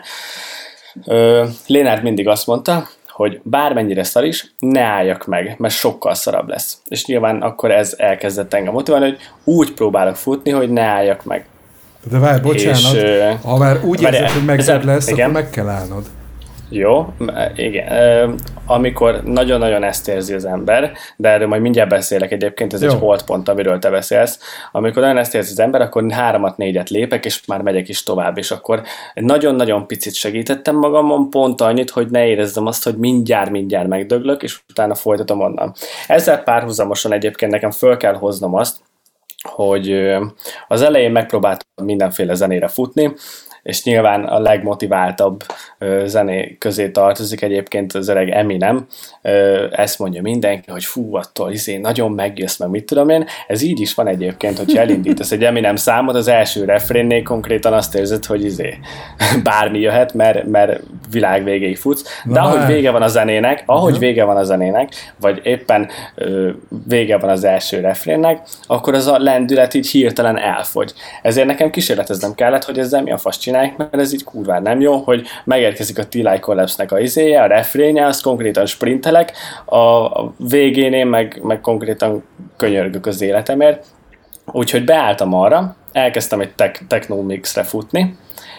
ö, Lénár mindig azt mondta, hogy bármennyire szar is, ne álljak meg, mert sokkal szarabb lesz. És nyilván akkor ez elkezdett engem motiválni, hogy úgy próbálok futni, hogy ne álljak meg.
De várj, bocsánat, és, ha már úgy érzed, hogy megzett lesz, igen. akkor meg kell állnod.
Jó, igen. Amikor nagyon-nagyon ezt érzi az ember, de erről majd mindjárt beszélek egyébként, ez Jó. egy holdpont, amiről te beszélsz. Amikor nagyon ezt érzi az ember, akkor háromat, négyet lépek, és már megyek is tovább, és akkor nagyon-nagyon picit segítettem magamon, pont annyit, hogy ne érezzem azt, hogy mindjárt-mindjárt megdöglök, és utána folytatom onnan. Ezzel párhuzamosan egyébként nekem föl kell hoznom azt, hogy az elején megpróbáltam mindenféle zenére futni, és nyilván a legmotiváltabb ö, zené közé tartozik egyébként az öreg Eminem. Ö, ezt mondja mindenki, hogy fú, attól izé, nagyon megjössz, meg mit tudom én. Ez így is van egyébként, hogyha elindítasz egy Eminem számot, az első refrénnél konkrétan azt érzed, hogy izé, bármi jöhet, mert, mert világ végéig futsz. De
Na,
ahogy vége van a zenének, ahogy
uh-huh.
vége van a zenének, vagy éppen ö, vége van az első refrénnek, akkor az a lendület így hirtelen elfogy. Ezért nekem kísérleteznem kellett, hogy ezzel mi a fasz csinálják, mert ez így kurván nem jó, hogy megérkezik a T-Lie Collapse-nek a izéje, a refrénje, azt konkrétan sprintelek, a, a végén én meg, meg konkrétan könyörgök az életemért. Úgyhogy beálltam arra, elkezdtem egy tek- techno mixre futni,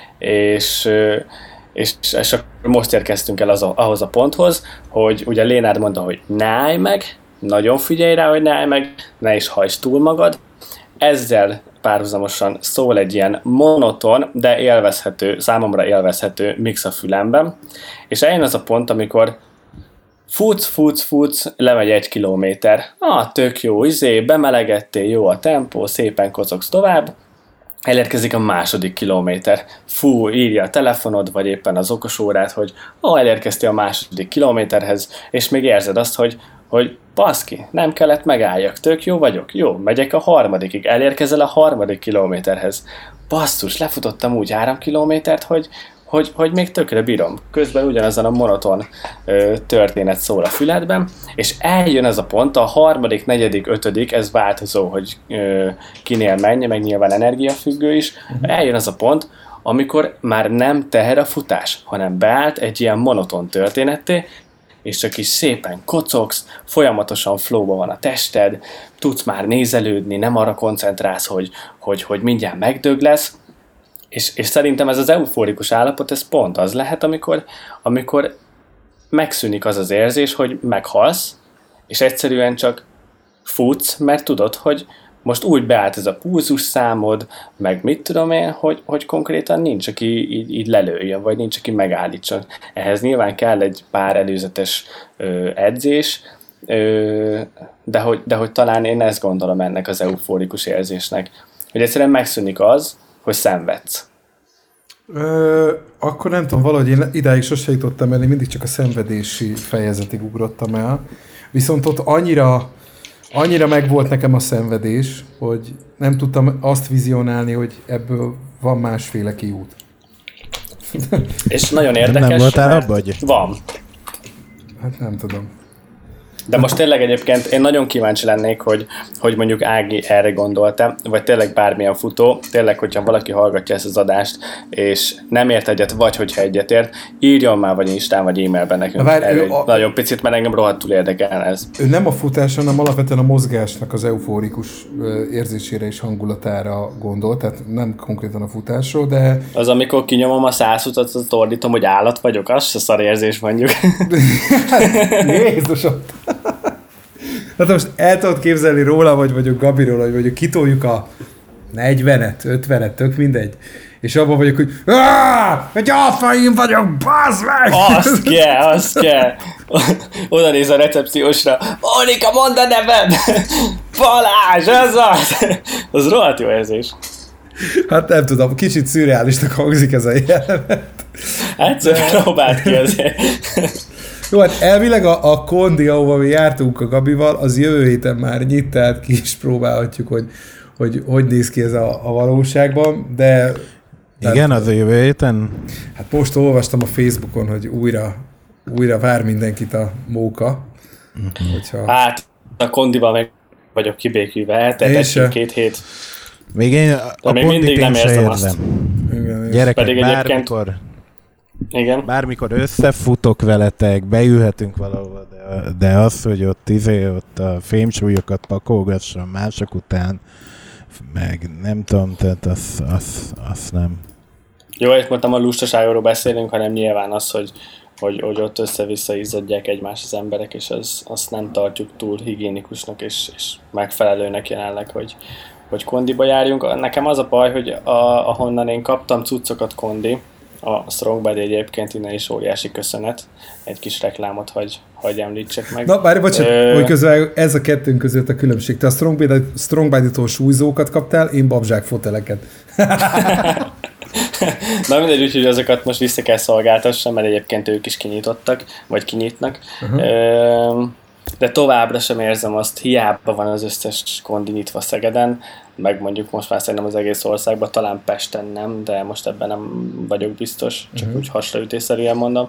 és, és, és akkor most érkeztünk el az a, ahhoz a ponthoz, hogy ugye Lénárd mondta, hogy ne állj meg, nagyon figyelj rá, hogy ne állj meg, ne is hajtsd túl magad. Ezzel párhuzamosan szól egy ilyen monoton, de élvezhető, számomra élvezhető mix a fülemben, és eljön az a pont, amikor futsz, futsz, futsz, lemegy egy kilométer. Ah, tök jó, izé, bemelegettél, jó a tempó, szépen kocogsz tovább, elérkezik a második kilométer. Fú, írja a telefonod, vagy éppen az okosórát, hogy ó, elérkeztél a második kilométerhez, és még érzed azt, hogy, hogy baszki, nem kellett megálljak, tök jó vagyok, jó, megyek a harmadikig, elérkezel a harmadik kilométerhez. Basszus, lefutottam úgy három kilométert, hogy Hogy, hogy még tökre bírom. Közben ugyanazon a monoton ö, történet szól a füledben, és eljön ez a pont, a harmadik, negyedik, ötödik, ez változó, hogy ö, kinél menj, meg nyilván energiafüggő is, eljön az a pont, amikor már nem teher a futás, hanem beállt egy ilyen monoton történetté, és csak is szépen kocogsz, folyamatosan flowba van a tested, tudsz már nézelődni, nem arra koncentrálsz, hogy, hogy, hogy mindjárt megdög lesz. És, és szerintem ez az eufórikus állapot, ez pont az lehet, amikor, amikor megszűnik az az érzés, hogy meghalsz, és egyszerűen csak futsz, mert tudod, hogy most úgy beállt ez a pulzus számod, meg mit tudom én, hogy, hogy konkrétan nincs, aki így, így lelőjön, vagy nincs, aki megállítson. Ehhez nyilván kell egy pár előzetes ö, edzés, ö, de, hogy, de hogy talán én ezt gondolom ennek az eufórikus érzésnek, hogy egyszerűen megszűnik az, hogy szenvedsz.
Ö, akkor nem tudom, valahogy én idáig sose jutottam el, én mindig csak a szenvedési fejezetig ugrottam el. Viszont ott annyira, annyira megvolt nekem a szenvedés, hogy nem tudtam azt vizionálni, hogy ebből van másféle kiút.
És nagyon érdekes,
nem voltál abba, hogy...
Van.
Hát nem tudom.
De most tényleg egyébként én nagyon kíváncsi lennék, hogy, hogy mondjuk Ági erre gondolta, vagy tényleg bármilyen futó, tényleg, hogyha valaki hallgatja ezt az adást, és nem ért egyet, vagy hogyha egyet ért, írjon már vagy Instán, vagy e-mailben nekünk. Várj, a... Nagyon picit, mert engem rohadtul érdekel ez.
Ő nem a futás, hanem alapvetően a mozgásnak az eufórikus érzésére és hangulatára gondol, tehát nem konkrétan a futásról, de...
Az, amikor kinyomom a százfutat, azt ordítom, hogy állat vagyok, az se szar érzés mondjuk.
Jézusom! Hát most el tudod képzelni róla, vagy vagyok Gabiról, vagy vagyok, kitoljuk a negyvenet, ötvenet, tök mindegy. És abban vagyok, hogy egy alfaim vagyok, bazd meg!
Azt kell, azt kell. Oda néz a recepciósra, Monika, mondd a neved! Balázs, ez az! Az rohadt jó érzés.
Hát nem tudom, kicsit szürreálisnak hangzik ez a jelenet.
Egyszer De... próbáld ki azért.
Jó, hát elvileg a, a kondi, ahova mi jártunk a Gabival, az jövő héten már nyit, tehát ki is próbálhatjuk, hogy hogy, hogy néz ki ez a, a valóságban, de...
Igen, az a jövő héten?
Hát most olvastam a Facebookon, hogy újra, újra vár mindenkit a móka.
Uh-huh. Hogyha... Hát a kondival meg vagyok kibékülve, elteltettünk két hét.
Még én a, a
még mindig nem érzem azt.
Igen,
gyerekek, pedig bármikor,
igen.
bármikor összefutok veletek, beülhetünk valahova, de, de az, hogy ott, izé, ott a fémsúlyokat pakolgassam mások után, meg nem tudom, tehát azt az, az nem.
Jó, itt mondtam, a lustaságról beszélünk, hanem nyilván az, hogy, hogy, hogy ott össze-vissza izzadják egymást az emberek, és az, azt nem tartjuk túl higiénikusnak és, és megfelelőnek jelenleg, hogy, hogy kondiba járjunk. Nekem az a baj, hogy a, ahonnan én kaptam cuccokat kondi, a Strong Body egyébként innen is óriási köszönet. Egy kis reklámot hagy, hagy említsek meg.
Na, bárj, bocsánat, Ö... hogy közben ez a kettőnk között a különbség. Te a Strong Body-tól súlyzókat kaptál, én babzsák foteleket.
Na mindegy, úgyhogy azokat most vissza kell szolgáltassam, mert egyébként ők is kinyitottak, vagy kinyitnak. Uh-huh. De továbbra sem érzem azt, hiába van az összes kondi nyitva Szegeden, meg mondjuk most már szerintem az egész országban, talán Pesten nem, de most ebben nem vagyok biztos, csak uh-huh. úgy hasraütésszerűen mondom.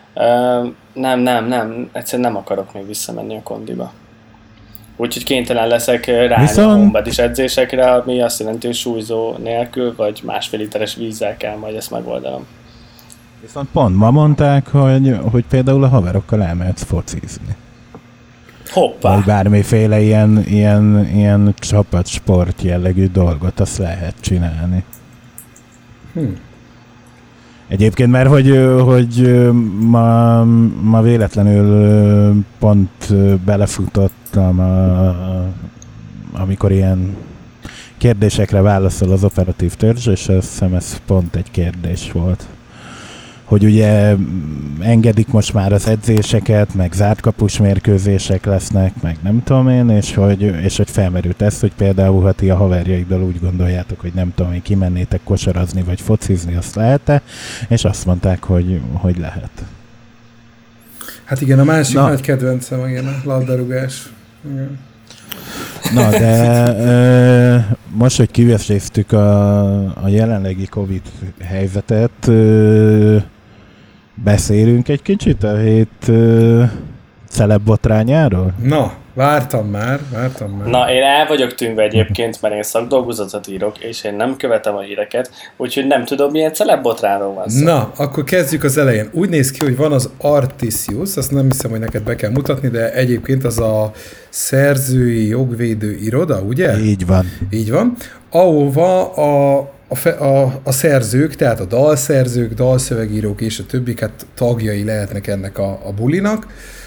Nem, nem, nem, egyszerűen nem akarok még visszamenni a kondiba. Úgyhogy kénytelen leszek ráállni Viszont... a hombedis edzésekre, ami azt jelenti, hogy súlyzó nélkül, vagy másfél literes vízzel kell majd ezt megoldanom.
Viszont pont ma mondták, hogy, hogy például a haverokkal elmehetsz focizni.
Hoppá!
Vagy bármiféle ilyen, ilyen, ilyen csapatsport jellegű dolgot azt lehet csinálni. Hm. Egyébként, mert hogy, hogy ma, ma véletlenül pont belefutottam, a, amikor ilyen kérdésekre válaszol az operatív törzs, és azt hiszem ez pont egy kérdés volt. Hogy ugye engedik most már az edzéseket, meg zárt kapus mérkőzések lesznek, meg nem tudom én, és hogy, és hogy felmerült ez, hogy például, ha ti a haverjaiddal úgy gondoljátok, hogy nem tudom én, kimennétek kosarazni, vagy focizni, azt lehet-e, és azt mondták, hogy, hogy lehet.
Hát igen, a másik Na. nagy kedvencem, igen, a labdarúgás. Igen.
Na, de ö, most, hogy kiveséztük a, a jelenlegi Covid helyzetet, ö, beszélünk egy kicsit a hét ö, celeb botrányáról?
Na, vártam már, vártam már.
Na, én el vagyok tűnve egyébként, mert én szakdolgozatot írok, és én nem követem a híreket, úgyhogy nem tudom, milyen celeb botrányról van szó.
Na, akkor kezdjük az elején. Úgy néz ki, hogy van az Artisius, azt nem hiszem, hogy neked be kell mutatni, de egyébként az a szerzői jogvédő iroda, ugye?
Így van.
Így van. Ahova a A, fe, a, a szerzők, tehát a dalszerzők, dalszövegírók és a többik, hát tagjai lehetnek ennek a, a bulinak.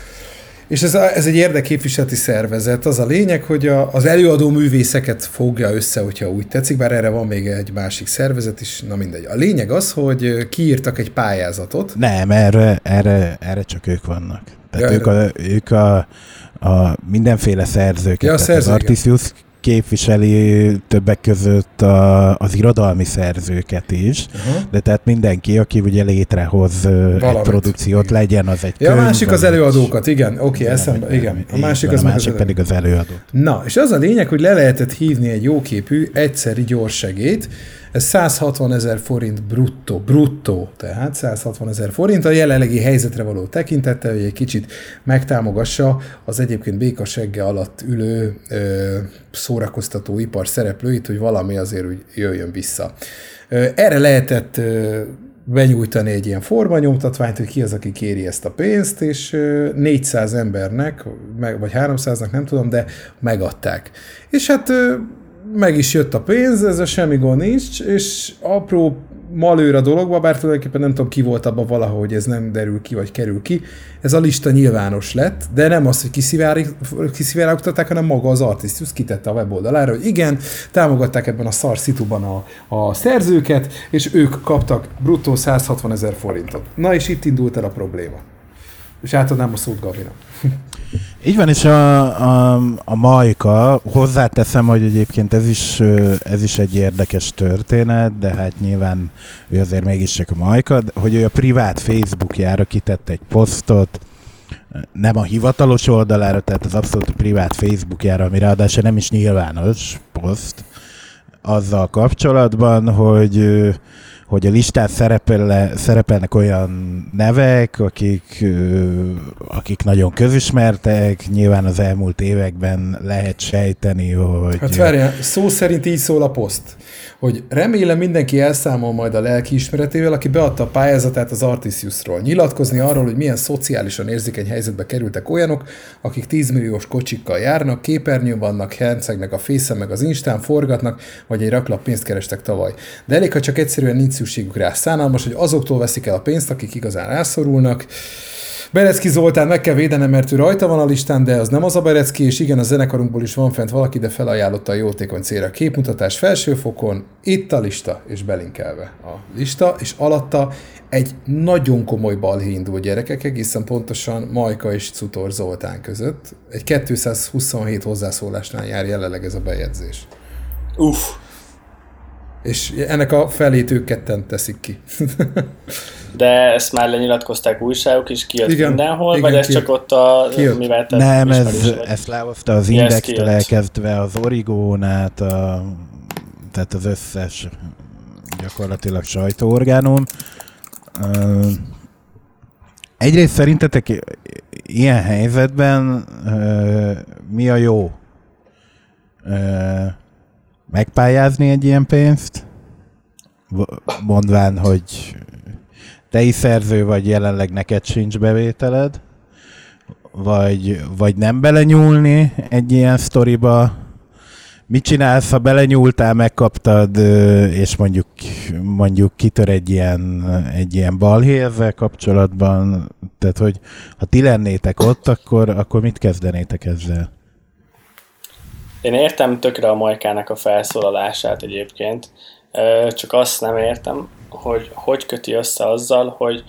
És ez, a, ez egy érdekképviseleti szervezet. Az a lényeg, hogy a, az előadó művészeket fogja össze, hogyha úgy tetszik, bár erre van még egy másik szervezet is, na mindegy. A lényeg az, hogy kiírtak egy pályázatot.
Nem, erre, erre, erre csak ők vannak. Tehát ja, ők, a, ők a, a mindenféle szerzőket. Ja, tehát szerző, az Artisius képviseli többek között a, az irodalmi szerzőket is, uh-huh. de tehát mindenki, aki ugye létrehoz Valamit. egy produkciót, igen. legyen az egy
ja, könyv. A másik az előadókat, igen, oké, okay, eszembe, igen.
A másik, az a másik az pedig az előadó.
Na, és az a lényeg, hogy le lehetett hívni egy jóképű, egyszeri gyorssegélyt, ez száz hatvanezer forint bruttó, bruttó, tehát száz hatvanezer forint a jelenlegi helyzetre való tekintettel, hogy egy kicsit megtámogassa az egyébként békasegge alatt ülő ö, szórakoztató ipar szereplőit, hogy valami azért úgy jöjjön vissza. Ö, erre lehetett ö, benyújtani egy ilyen formanyomtatványt, hogy ki az, aki kéri ezt a pénzt, és ö, négyszáz embernek, meg, vagy háromszáznak, nem tudom, de megadták. És hát ö, meg is jött a pénz, ez a semmi gond nincs, és apró malőr a dologba, bár tulajdonképpen nem tudom, ki volt abban valahogy, hogy ez nem derül ki, vagy kerül ki. Ez a lista nyilvános lett, de nem az, hogy kiszivárogtatták, hanem maga az Artisius kitette a weboldalára, hogy igen, támogatták ebben a szar szituban a, a szerzőket, és ők kaptak bruttó száz hatvanezer forintot. Na és itt indult el a probléma. És átadnám a szót Gabinak.
Így van, és a, a, a Majka, hozzáteszem, hogy egyébként ez is, ez is egy érdekes történet, de hát nyilván ő azért mégiscsak a Majka, hogy ő a privát Facebookjára kitett egy posztot, nem a hivatalos oldalára, tehát az abszolút privát Facebookjára, ami ráadásul nem is nyilvános poszt, azzal kapcsolatban, hogy hogy a listán szerepel, szerepelnek olyan nevek, akik, akik nagyon közismertek, nyilván az elmúlt években lehet sejteni, hogy...
Hát várjál, szó szerint így szól a poszt, hogy remélem mindenki elszámol majd a lelkiismeretével, aki beadta a pályázatát az Artisiusról. Nyilatkozni arról, hogy milyen szociálisan érzékeny helyzetbe kerültek olyanok, akik tízmilliós kocsikkal járnak, képernyőn vannak, hencegnek a Face-en meg az Instán, forgatnak, vagy egy raklap pénzt kerestek tavaly. De elég, ha csak egyszerűen nincs szükségük rá. Szánalmas, hogy azoktól veszik el a pénzt, akik igazán rászorulnak. Berecki Zoltán meg kell védenem, mert ő rajta van a listán, de az nem az a Berecki, és igen, a zenekarunkból is van fent valaki, de felajánlotta a jótékony célra. Képmutatás felsőfokon, itt a lista, és belinkelve a lista, és alatta egy nagyon komoly balhé indul gyerekek, egészen pontosan Majka és Cutor Zoltán között. Egy kétszázhuszonhét hozzászólásnál jár jelenleg ez a bejegyzés.
Uff.
És ennek a felét ők ketten teszik ki.
De ezt már lenyilatkozták újságok is, kijött
igen,
mindenhol,
igen,
vagy ez csak ott a...
Mivel nem, ez, ezt lehozta az Indextől elkezdve az Origónát, a, tehát az összes gyakorlatilag sajtóorgánum. Uh, egyrészt szerintetek ilyen helyzetben uh, mi a jó? Uh, megpályázni egy ilyen pénzt? Mondván, hogy te is szerző vagy, jelenleg neked sincs bevételed? Vagy, vagy nem belenyúlni egy ilyen sztoriba? Mit csinálsz, ha belenyúltál, megkaptad, és mondjuk, mondjuk kitör egy ilyen, egy ilyen balhé ezzel kapcsolatban? Tehát, hogy ha ti lennétek ott, akkor, akkor mit kezdenétek ezzel?
Én értem tökre a Majkának a felszólalását egyébként, csak azt nem értem, hogy hogy köti össze azzal, hogy,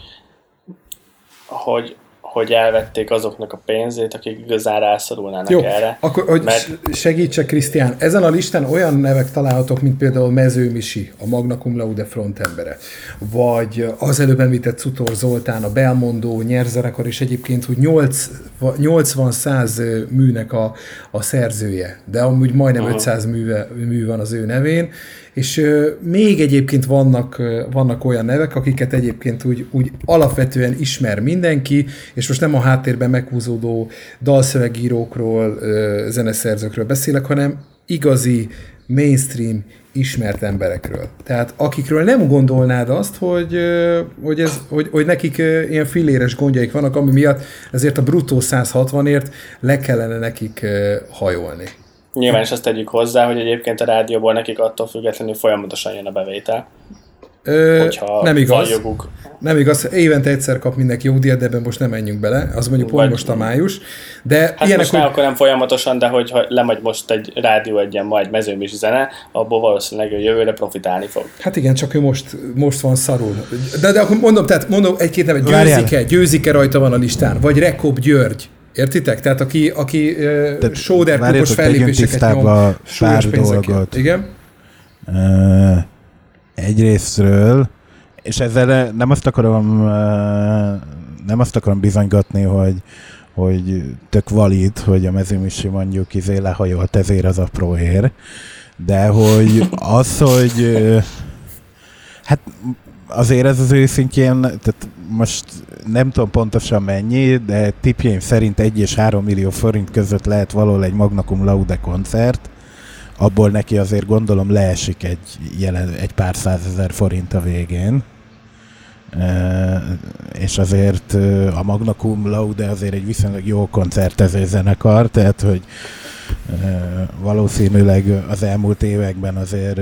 hogy, hogy elvették azoknak a pénzét, akik igazán rászorulnának
jó,
erre.
Akkor hogy
mert...
segítsek, Krisztián. Ezen a listán olyan nevek találhatók, mint például Mező Misi, a Magna Cum Laude frontembere, vagy az előbb említett Cutor Zoltán, a Belmondó nyerzenekar, és egyébként, hogy nyolcvan-száz műnek a, a szerzője, de amúgy majdnem uh-huh. ötszáz műve, mű van az ő nevén, és uh, még egyébként vannak, uh, vannak olyan nevek, akiket egyébként úgy, úgy alapvetően ismer mindenki, és most nem a háttérben meghúzódó dalszövegírókról, uh, zeneszerzőkről beszélek, hanem igazi mainstream ismert emberekről. Tehát akikről nem gondolnád azt, hogy, uh, hogy, ez, hogy, hogy nekik uh, ilyen filléres gondjaik vannak, ami miatt ezért a bruttó száz hatvanért le kellene nekik uh, hajolni.
Nyilván is azt tegyük hozzá, hogy egyébként a rádióból nekik attól függetlenül folyamatosan jön a bevétel.
Ö, hogyha nem igaz.
Joguk.
Nem igaz. Évente egyszer kap mindenki jogdíjat, de ebben most nem menjünk bele. Az mondjuk pont most a május. De
hát
ilyenek,
most hogy... akkor nem folyamatosan, de hogy lemegy most egy rádió egyen majd mezőmisi zene, abból valószínűleg a jövőre profitálni fog.
Hát igen, csak ő most, most van szarul. De, de akkor mondom, tehát mondom egy-két nevet. Győzike, Győzike rajta van a listán. Vagy Rekop György. Értitek? Tehát aki, aki uh, sóderkupos fellépéseket nyom, súlyos pénzeket. Igen?
Uh, egyrésztről, és ezzel nem azt akarom, uh, nem azt akarom bizonygatni, hogy, hogy tök valid, hogy a Mezőmisi mondjuk izé lehajolt ezért az apróért, de hogy az, hogy uh, hát azért ez az őszintjén, tehát most nem tudom pontosan mennyi, de tippjeim szerint egy és három millió forint között lehet valahol egy Magna Cum Laude koncert, abból neki azért gondolom leesik egy, jelen, egy pár százezer forint a végén. E, és azért a Magna Cum Laude azért egy viszonylag jó koncertező zenekar, tehát hogy e, valószínűleg az elmúlt években azért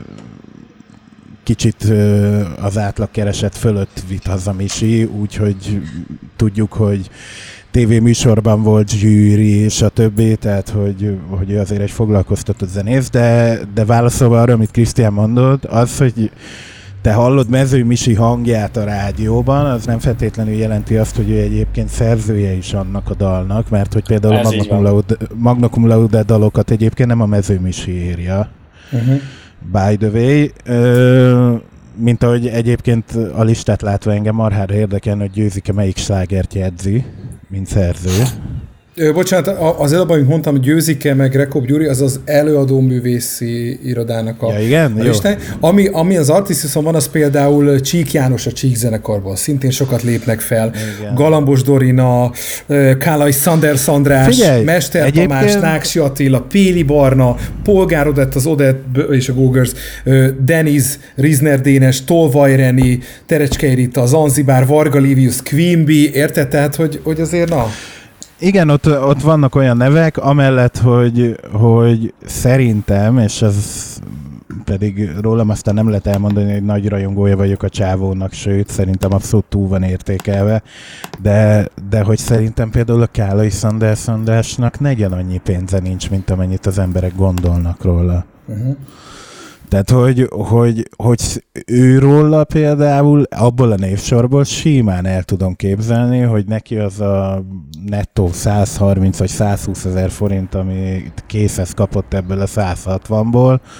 kicsit az átlagkereset fölött vitt haza Misi, úgyhogy tudjuk, hogy tévéműsorban volt zsűri, és a többi, tehát hogy, hogy azért egy foglalkoztatott zenész, de, de válaszolva arra, amit Krisztián mondott, az, hogy te hallod Mező Misi hangját a rádióban, az nem feltétlenül jelenti azt, hogy ő egyébként szerzője is annak a dalnak, mert hogy például ez a Magna Cum Laude, Magna Cum Laude dalokat egyébként nem a Mező Misi írja. Uh-huh. By the way, ö, mint ahogy egyébként a listát látva engem marhára érdekel, hogy Győzike melyik slágert jegyzi, mint szerző.
Ö, bocsánat, az előbb, amit mondtam, hogy Győzike meg Rekop Gyuri, az az előadó művészi irodának a,
ja, igen?
a listája. Ami, ami az Artisiuson van, az például Csík János a Csík zenekarban. Szintén sokat lépnek fel. Igen. Galambos Dorina, Kálai Sanders András, Figyelj, Mester egyébként... Tamás, Náksi Attila, Péli Barna, Polgár Odett, az Odett és a Gogers, Deniz, Rizner Dénes, Tolvaj Reni, Terecskei Rita, Zanzibár, Varga Livius, Quimby, érted? Tehát, hogy, hogy azért na...
Igen, ott, ott vannak olyan nevek, amellett, hogy, hogy szerintem, és ez pedig rólam aztán nem lehet elmondani, hogy nagy rajongója vagyok a csávónak, sőt, szerintem abszolút túl van értékelve, de, de hogy szerintem például a Kálai Sanders Andrásnak negyen annyi pénze nincs, mint amennyit az emberek gondolnak róla. Uh-huh. Tehát, hogy, hogy, hogy őróla például abból a névsorból simán el tudom képzelni, hogy neki az a nettó száz harminc vagy száz húsz ezer forint, amit készhez kapott ebből a száz hatvanból,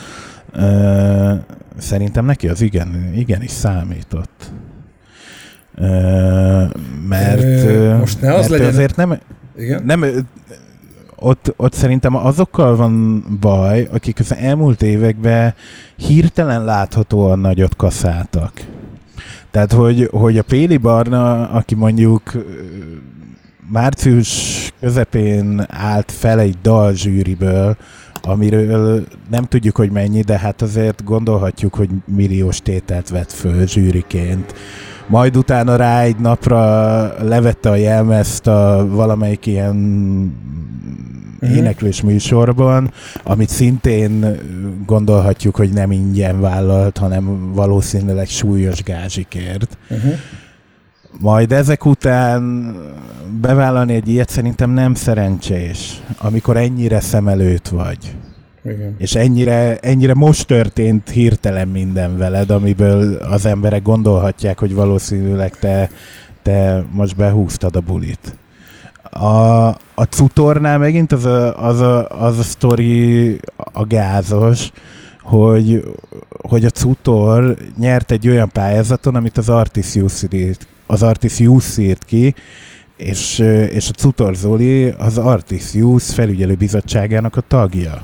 Ö, szerintem neki az igen, igenis számított. Ö, mert,
Ö, most ne az
mert
legyen...
azért nem...
Igen?
nem ott, ott szerintem azokkal van baj, akik az elmúlt években hirtelen láthatóan nagyot kaszáltak. Tehát, hogy, hogy a Péli Barna, aki mondjuk március közepén állt fel egy dalzsűriből, amiről nem tudjuk, hogy mennyi, de hát azért gondolhatjuk, hogy milliós tételt vett föl zsűriként. Majd utána rá egy napra levette a jelmezt a valamelyik ilyen uh-huh. éneklős műsorban, amit szintén gondolhatjuk, hogy nem ingyen vállalt, hanem valószínűleg súlyos gázsikért. Uh-huh. Majd ezek után bevállalni egy ilyet szerintem nem szerencsés, amikor ennyire szem előtt vagy. Igen. És ennyire, ennyire most történt hirtelen minden veled, amiből az emberek gondolhatják, hogy valószínűleg te, te most behúztad a bulit. A, a Cutornál megint az a, az a, az a sztori a gázos, hogy, hogy a Cutor nyert egy olyan pályázaton, amit az Artisius írt, az Artisius írt ki, és, és a Cutor Zoli az Artisius felügyelőbizottságának a tagja.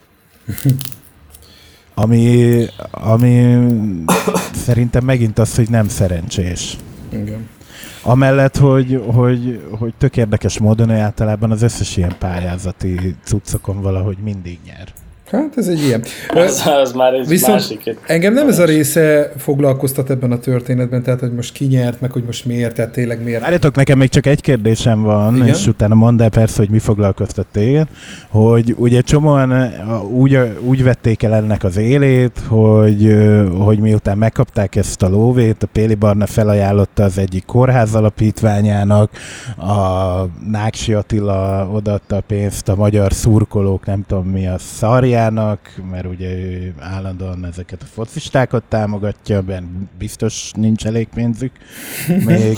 Ami, ami szerintem megint az, hogy nem szerencsés. Igen. Amellett, hogy, hogy, hogy tök érdekes módon, hogy általában az összes ilyen pályázati cuccokon valahogy mindig nyer.
Hát ez egy ilyen.
Az, az már egy
Viszont
másik.
Engem nem ez a része foglalkoztat ebben a történetben, tehát hogy most ki nyert, meg hogy most miért, tehát tényleg miért.
Várjatok, nekem még csak egy kérdésem van, igen? És utána mondd el persze, hogy mi foglalkoztat téged, hogy ugye csomóan úgy, úgy vették el ennek az élét, hogy, hogy miután megkapták ezt a lóvét, a Péli Barna felajánlotta az egyik kórház alapítványának, a Náksi Attila odaadta a pénzt a magyar szurkolók, nem tudom mi a szarja, mert ugye ő állandóan ezeket a focistákat támogatja, mert biztos nincs elég pénzük még.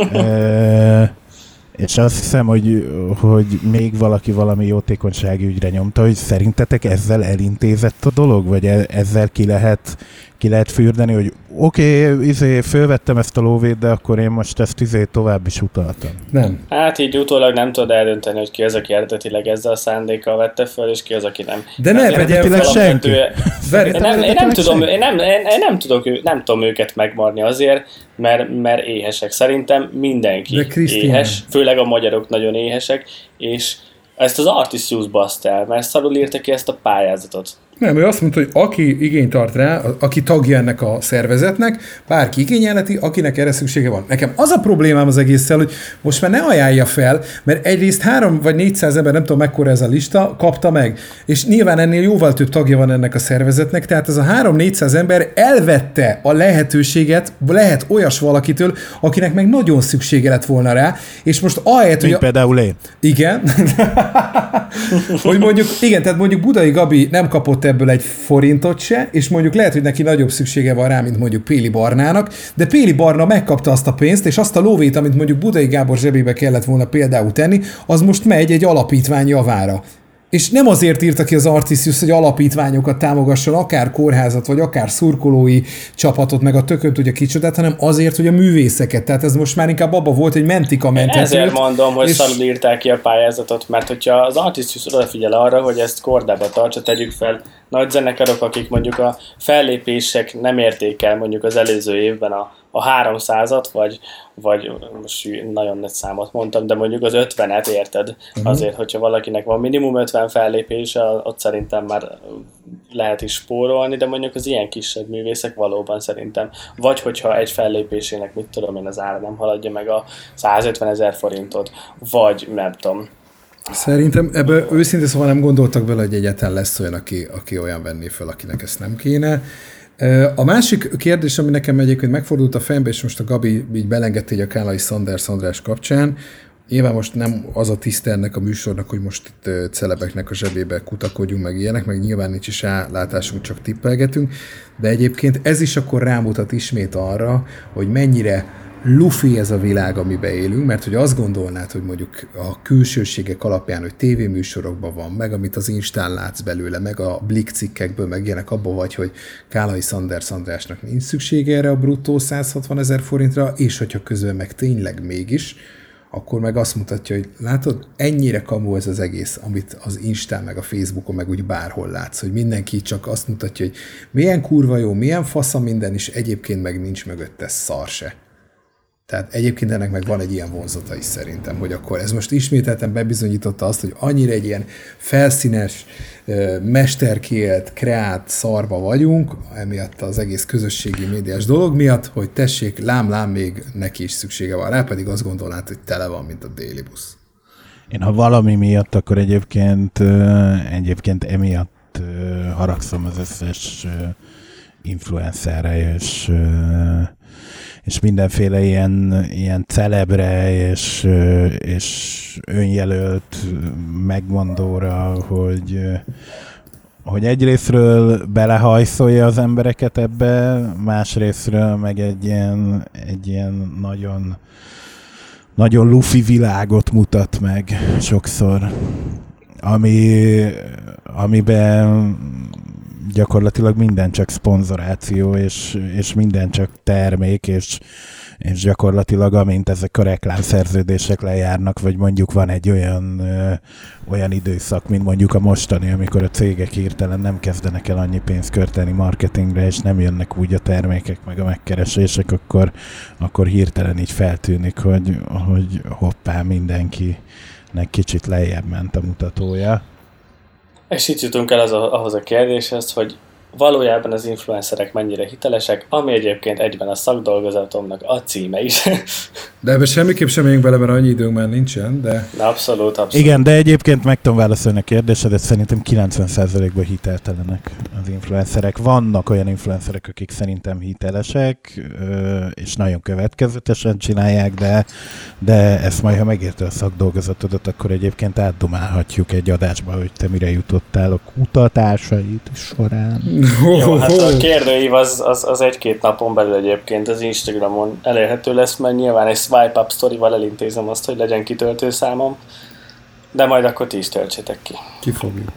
e, és azt hiszem, hogy, hogy még valaki valami jótékonysági ügyre nyomta, hogy szerintetek ezzel elintézett a dolog, vagy ezzel ki lehet, ki lehet fürdeni, hogy oké, okay, izé, fölvettem ezt a lóvét, de akkor én most ezt izé tovább is utaltam.
Nem.
Hát így utólag nem tudod eldönteni, hogy ki az, aki eredetileg ezzel a szándékkal vette föl, és ki az, aki nem.
De ne vegyél fel senki.
Én nem, én nem tudom, én nem, én nem, tudok, nem tudom őket megmarni azért, mert, mert éhesek. Szerintem mindenki éhes, főleg a magyarok nagyon éhesek, és ezt az Artisius baszta el, mert szarul írta ki ezt a pályázatot.
Nem, ő azt mondta, hogy aki igényt tart rá, aki tagja ennek a szervezetnek, bárki igényelheti, akinek erre szüksége van. Nekem az a problémám az egésszel, hogy most már ne ajánlja fel, mert egyrészt három vagy négyszáz ember, nem tudom mekkora ez a lista, kapta meg. És nyilván ennél jóval több tagja van ennek a szervezetnek, tehát ez a három-négyszáz ember elvette a lehetőséget, lehet olyas valakitől, akinek meg nagyon szüksége lett volna rá, és most ahelyett, hogy...
A... például én.
Igen. hogy mondjuk, igen, tehát mondjuk Budai Gabi nem kapott ebből egy forintot se, és mondjuk lehet, hogy neki nagyobb szüksége van rá, mint mondjuk Péli Barnának, de Péli Barna megkapta azt a pénzt, és azt a lóvét, amit mondjuk Budai Gábor zsebébe kellett volna például tenni, az most megy egy alapítvány javára. És nem azért írta ki az Artisius, hogy alapítványokat támogasson, akár kórházat, vagy akár szurkolói csapatot, meg a tökön tudja kicsodát, hanem azért, hogy a művészeket. Tehát ez most már inkább abba volt, hogy mentik a mentetőt.
Ezért mondom, hogy és... szarul írták ki a pályázatot, mert hogyha az Artisius odafigyel arra, hogy ezt kordába tartsa, tegyük fel nagy zenekarok, akik mondjuk a fellépések nem érték el mondjuk az előző évben a, a háromszázat, vagy, vagy most nagyon nagy számot mondtam, de mondjuk az ötvenet érted. Uh-huh. Azért, hogyha valakinek van minimum ötven fellépése, ott szerintem már lehet is spórolni, de mondjuk az ilyen kisebb művészek valóban szerintem. Vagy hogyha egy fellépésének, mit tudom én, az ára nem haladja meg a százötvenezer forintot, vagy nem tudom.
Szerintem ebből őszintén szóval nem gondoltak bele, hogy egyáltalán lesz olyan, aki, aki olyan venné föl, akinek ezt nem kéne. A másik kérdés, ami nekem egyébként megfordult a fejembe, és most a Gabi így belengedte így a Kálai Sanders András kapcsán, nyilván most nem az a tiszte ennek a műsornak, hogy most itt celebeknek a zsebébe kutakodjunk, meg ilyenek, meg nyilván nincs is rálátásunk, csak tippelgetünk, de egyébként ez is akkor rámutat ismét arra, hogy mennyire lufi ez a világ, amiben élünk, mert hogy azt gondolnád, hogy mondjuk a külsőségek alapján, hogy tévéműsorokban van, meg amit az Instán látsz belőle, meg a Blick cikkekből, meg ilyenek, abban vagy, hogy Kálai Sanders Andrásnak nincs szüksége erre a bruttó száz hatvan ezer forintra, és hogyha közben meg tényleg mégis, akkor meg azt mutatja, hogy látod, ennyire kamu ez az egész, amit az Instán, meg a Facebookon, meg úgy bárhol látsz, hogy mindenki csak azt mutatja, hogy milyen kurva jó, milyen fasza minden, és egyébként meg nincs mögötte szar se. Tehát egyébként ennek meg van egy ilyen vonzata is szerintem, hogy akkor ez most ismételten bebizonyította azt, hogy annyira egy ilyen felszínes, mesterkiélt, kreált szarba vagyunk, emiatt az egész közösségi médiás dolog miatt, hogy tessék, lám-lám, még neki is szüksége van rá, pedig azt gondolnád, hogy tele van, mint a déli busz.
Én ha valami miatt, akkor egyébként, egyébként emiatt haragszom az összes influencerre, és és mindenféle ilyen, ilyen celebre és, és önjelölt megmondóra, hogy, hogy egyrésztről belehajszolja az embereket ebbe, másrésztről meg egy ilyen, egy ilyen nagyon, nagyon lufi világot mutat meg sokszor, ami, amiben gyakorlatilag minden csak szponzoráció, és, és minden csak termék, és, és gyakorlatilag amint ezek a reklámszerződések lejárnak, vagy mondjuk van egy olyan, ö, olyan időszak, mint mondjuk a mostani, amikor a cégek hirtelen nem kezdenek el annyi pénzt költeni marketingre, és nem jönnek úgy a termékek, meg a megkeresések, akkor, akkor hirtelen így feltűnik, hogy, hogy hoppá, mindenkinek kicsit lejjebb ment a mutatója.
És itt jutunk el az a, ahhoz a kérdéshez, hogy valójában az influencerek mennyire hitelesek, ami egyébként egyben a szakdolgozatomnak a címe is.
De ebben semmiképp sem megyünk bele, mert annyi időnk már nincsen, de...
Abszolút, abszolút.
Igen, de egyébként meg tudom válaszolni a kérdésedet, szerintem kilencven százalékban hiteltelenek az influencerek. Vannak olyan influencerek, akik szerintem hitelesek, és nagyon következetesen csinálják, de, de ezt majd, ha megérte a szakdolgozatodat, akkor egyébként átdomálhatjuk egy adásba, hogy te mire jutottál a kutatásaid során.
Jó, hát a kérdőív az, az, az egy-két napon belül egyébként az Instagramon elérhető lesz, mert nyilván egy swipe up sztorival elintézem azt, hogy legyen kitöltőszámom, de majd akkor ti is töltsétek ki.
Ki fogjuk.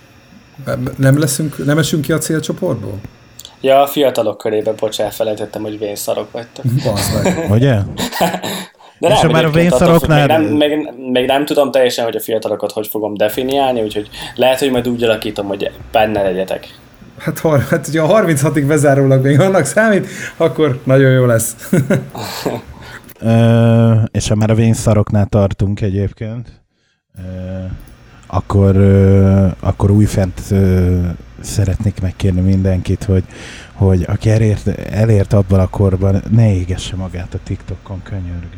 Nem leszünk, nem esünk ki a célcsoportból?
Ja, a fiatalok körében, bocs, elfelejtettem, hogy vénszarok vagytok.
Ugye?
De nem, már a vénszaroknál... még, nem, még, még nem tudom teljesen, hogy a fiatalokat hogy fogom definiálni, úgyhogy lehet, hogy majd úgy alakítom, hogy benne legyetek.
Hát, hát ugye a harminchatig bezárólag még annak számít, akkor nagyon jó lesz.
Ö, és ha már a vénszaroknál tartunk egyébként, ö, akkor, ö, akkor újfent ö, szeretnék megkérni mindenkit, hogy, hogy aki elért, elért abban a korban, ne égesse magát a TikTokon, könyörgöm.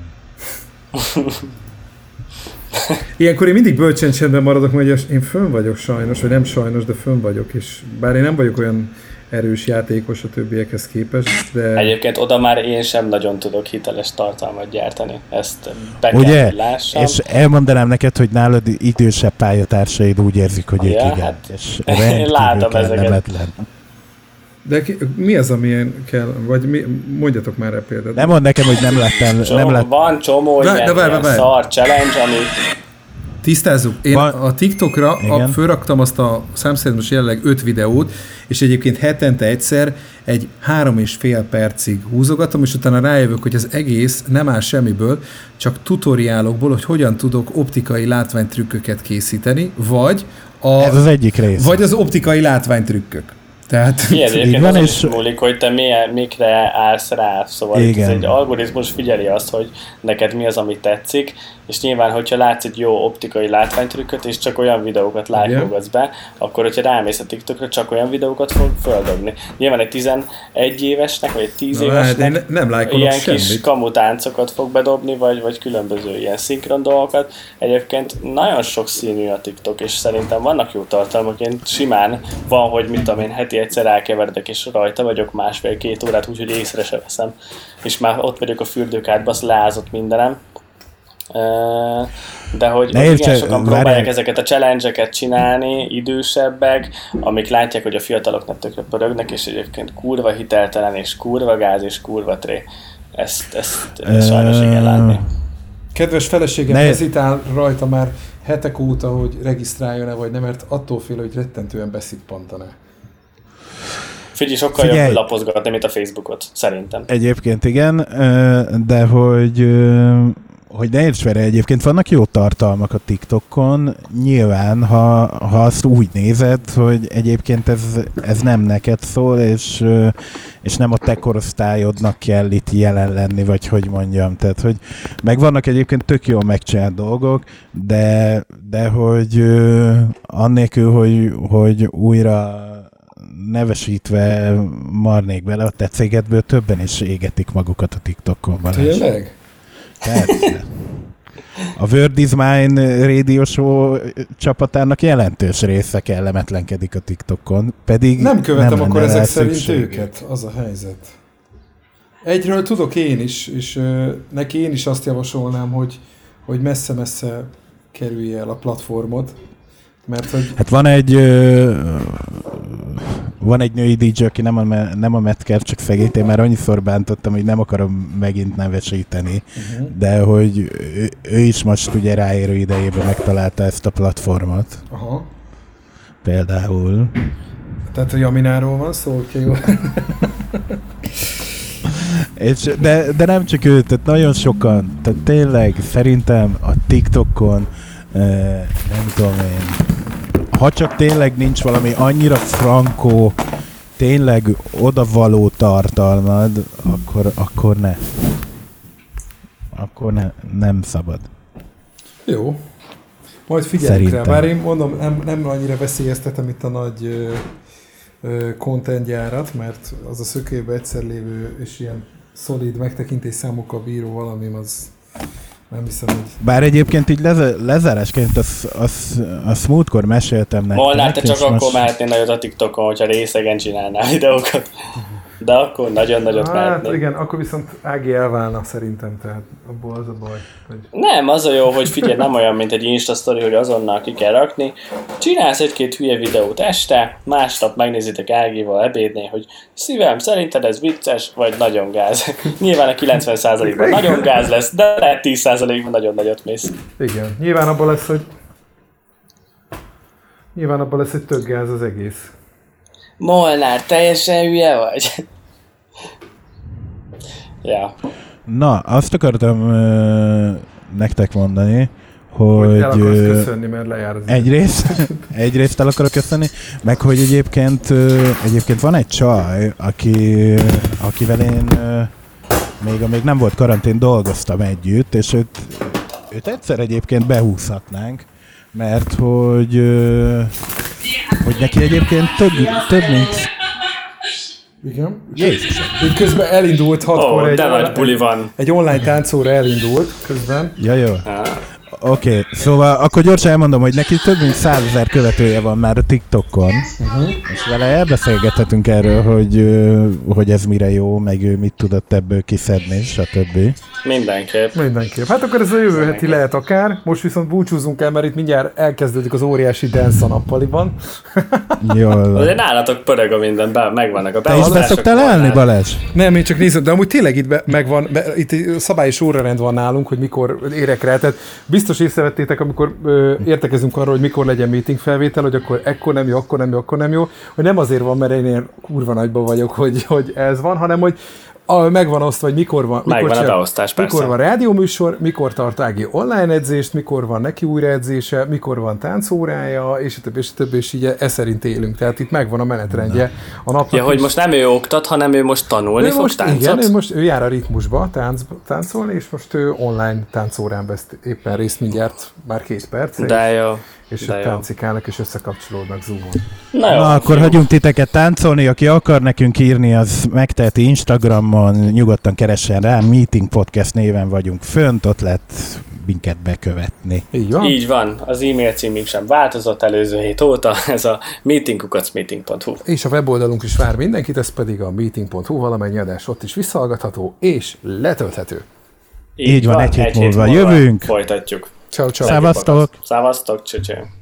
Ilyenkor én mindig bölcsen csendben maradok, hogy én fönn vagyok sajnos, vagy nem sajnos, de fönn vagyok, és bár én nem vagyok olyan erős játékos a többiekhez képest, de...
Egyébként oda már én sem nagyon tudok hiteles tartalmat gyártani. Ezt be
ugye?
kell, hogy lássam.
És elmondanám neked, hogy nálad idősebb pályatársaid úgy érzik, hogy ja, ők igen.
Hát,
és
én látom ezeket.
De ki, mi az, amilyen kell, vagy mi, mondjatok már rá példát.
Nem mondd nekem, hogy nem lettem...
Csomó,
nem lett...
Van csomó
vár,
ilyen,
vár, vár,
ilyen szar challenge, ami...
Tisztázzuk. Én van... a TikTokra a, fölraktam azt a számszerűen most jelenleg öt videót, és egyébként hetente egyszer egy három és fél percig húzogatom, és utána rájövök, hogy az egész nem áll semmiből, csak tutoriálokból, hogy hogyan tudok optikai látványtrükköket készíteni, vagy a,
Ez az egyik rész.
Vagy az optikai látványtrükkök. Tehát...
Mi egyébként azon is múlik, hogy te milyen, mikre állsz rá, szóval itt ez egy algoritmus figyeli azt, hogy neked mi az, ami tetszik, és nyilván, hogyha látsz egy jó optikai látványtrükköt, és csak olyan videókat lájkolgatsz be, akkor, hogyha rámész a TikTokra, csak olyan videókat fog földobni. Nyilván egy tizenegy évesnek, vagy egy tíz évesnek
hát nem
ilyen
semmit.
kis kamutáncokat fog bedobni, vagy, vagy különböző ilyen szinkron dolgokat. Egyébként nagyon sok színű a TikTok, és szerintem vannak jó tartalmak. Én simán van, hogy mit tudom én, heti egyszer elkeveredek, és rajta vagyok másfél-két órát, úgyhogy észre se veszem. És már ott vagyok a fürdőkádban, az leázott mindenem. De hogy igen, értse, sokan próbálják várjál. ezeket a challenge-eket csinálni, idősebbek, amik látják, hogy a fiataloknak tökre pörögnek, és egyébként kurva hiteltelen, és kurva gáz, és kurva tré. ezt, ezt, ezt sajnos igen látni.
Kedves feleségem hezitál rajta már hetek óta, hogy regisztráljon-e vagy nem, mert attól fél, hogy rettentően beszippantaná.
Figyelj, sokkal Figyelj. jobb lapozgatni, mint a Facebookot, szerintem.
Egyébként igen, de hogy, hogy ne érts vele, egyébként vannak jó tartalmak a TikTokon, nyilván, ha, ha azt úgy nézed, hogy egyébként ez, ez nem neked szól, és, és nem a te korosztályodnak kell itt jelen lenni, vagy hogy mondjam. Tehát, hogy meg vannak egyébként tök jól megcsinált dolgok, de, de hogy annélkül, hogy, hogy újra nevesítve marnék bele, a te cégedből többen is égetik magukat a TikTokon.
Tényleg?
Persze. A Word is Mine Radio Show csapatának jelentős része kellemetlenkedik a TikTokon, pedig
nem követem
nem
akkor ezek szerint
szükség.
őket, az a helyzet. Egyről tudok én is, és uh, neki én is azt javasolnám, hogy, hogy messze-messze kerülje el a platformot, mert hogy...
Hát van egy ö, van egy női dé dzsé, aki nem a, nem a Metcalf, csak szegényt, én már annyiszor bántottam, hogy nem akarom megint nevesíteni, uh-huh. de hogy ő, ő is most ugye ráérő idejében megtalálta ezt a platformot.
Aha.
Például.
Tehát a Jamináról van szó, hogy jó.
És, de, de nem csak ő, tehát nagyon sokan, tehát tényleg szerintem a TikTokon nem tudom én, ha csak tényleg nincs valami annyira frankó, tényleg odavaló tartalmad, akkor, akkor ne. Akkor ne, nem szabad.
Jó. Majd figyeljük rá. Bár én mondom, nem, nem annyira veszélyeztetem itt a nagy content-gyárat, mert az a szökőbe egyszer lévő és ilyen szolid megtekintés számokkal bíró valami, az nem hiszem, hogy...
Bár egyébként így leze, lezárásként azt az, az múltkor meséltem nektek.
Molnár, te csak akkor most... mehetnél nagyot a TikTokon, hogyha részegen csinálnál videókat. De akkor nagyon nagyot mehetnél.
Hát igen, akkor viszont Ági elválna szerintem, tehát abból az a baj. Hogy...
Nem, az a jó, hogy figyelj, nem olyan, mint egy Insta sztori, hogy azonnal ki kell rakni. Csinálsz egy-két hülye videót este, másnap megnézitek Ágival ebédnél, hogy szívem, szerinted ez vicces, vagy nagyon gáz. Nyilván a kilencven százalékban nagyon gáz lesz, de lehet tíz százalékban nagyon nagyot mész.
Igen, nyilván abban lesz, hogy nyilván abban lesz, hogy tök gáz az egész.
Molnár, teljesen hülye vagy? Ja.
Na, azt akartam uh, nektek mondani, hogy... Hogy
el akarsz köszönni, mert lejár az
egyrészt, egyrészt el akarok köszönni, meg hogy egyébként, uh, egyébként van egy csaj, aki, akivel én uh, még amíg nem volt karantén, dolgoztam együtt, és őt, őt egyszer egyébként behúzhatnánk, mert hogy, uh, hogy neki egyébként több, több mint...
Igen. Jézus. Így közben elindult hatkor
oh,
egy,
egy,
egy online táncóra elindult közben.
Ja, jó. Oké, okay. Szóval akkor gyorsan elmondom, hogy neki több mint százezer követője van már a TikTokon, uh-huh. és vele elbeszélgethetünk erről, hogy, hogy ez mire jó, meg ő mit tudott ebből kiszedni, stb.
Mindenképp.
Mindenképp. Hát akkor ez a jövő heti lehet akár. Most viszont búcsúzunk el, mert itt mindjárt elkezdődik az óriási dance a nappaliban.
Jól.
Azért nálatok pörög a minden, be, megvannak a
beadások. Te is beszoktál állni, Balázs?
Nem, én csak nézem, de amúgy tényleg itt be, megvan, be, itt szabályos órarend van nálunk, hogy mikor érek rá. Tehát biztos észrevettétek, amikor ö, értekezünk arról, hogy mikor legyen meeting felvétel, hogy akkor ekkor nem jó, akkor nem jó, akkor nem jó, hogy nem azért van, mert én ilyen kurva nagyban vagyok, hogy, hogy ez van, hanem hogy a, megvan osztva, hogy mikor van, mikor,
megvan a beosztás,
mikor van rádióműsor, mikor tart Ági online edzést, mikor van neki újraedzése, mikor van táncórája, és a többi, és a többi, és így e szerint élünk. Tehát itt megvan a menetrendje a napnak.
Ja, hogy most nem ő oktat, hanem ő most tanulni
ő
fog
most,
táncot?
Igen, ő most ő jár a ritmusba tánc, táncolni, és most ő online táncórán vesz éppen részt mindjárt, már két perc.
De jó.
És ott táncikálnak, és összekapcsolódnak Zoom-on.
Na, jó, Na akkor jó. hagyjunk titeket táncolni, aki akar nekünk írni, az megteheti Instagramon, nyugodtan keressen rá, Meeting Podcast néven vagyunk fönt, ott lehet minket bekövetni.
Így van?
Így van, az e-mail címünk sem változott előző hét óta, ez a meeting kukac meeting pont hu.
És a weboldalunk is vár mindenkit, ez pedig a meeting pont hu, valamennyi adás ott is visszahallgatható és letölthető.
Így, Így van, van, egy hét múlva jövünk.
Folytatjuk.
Ciao, ciao.
Szevasztok!
Szevasztok, cső, cső.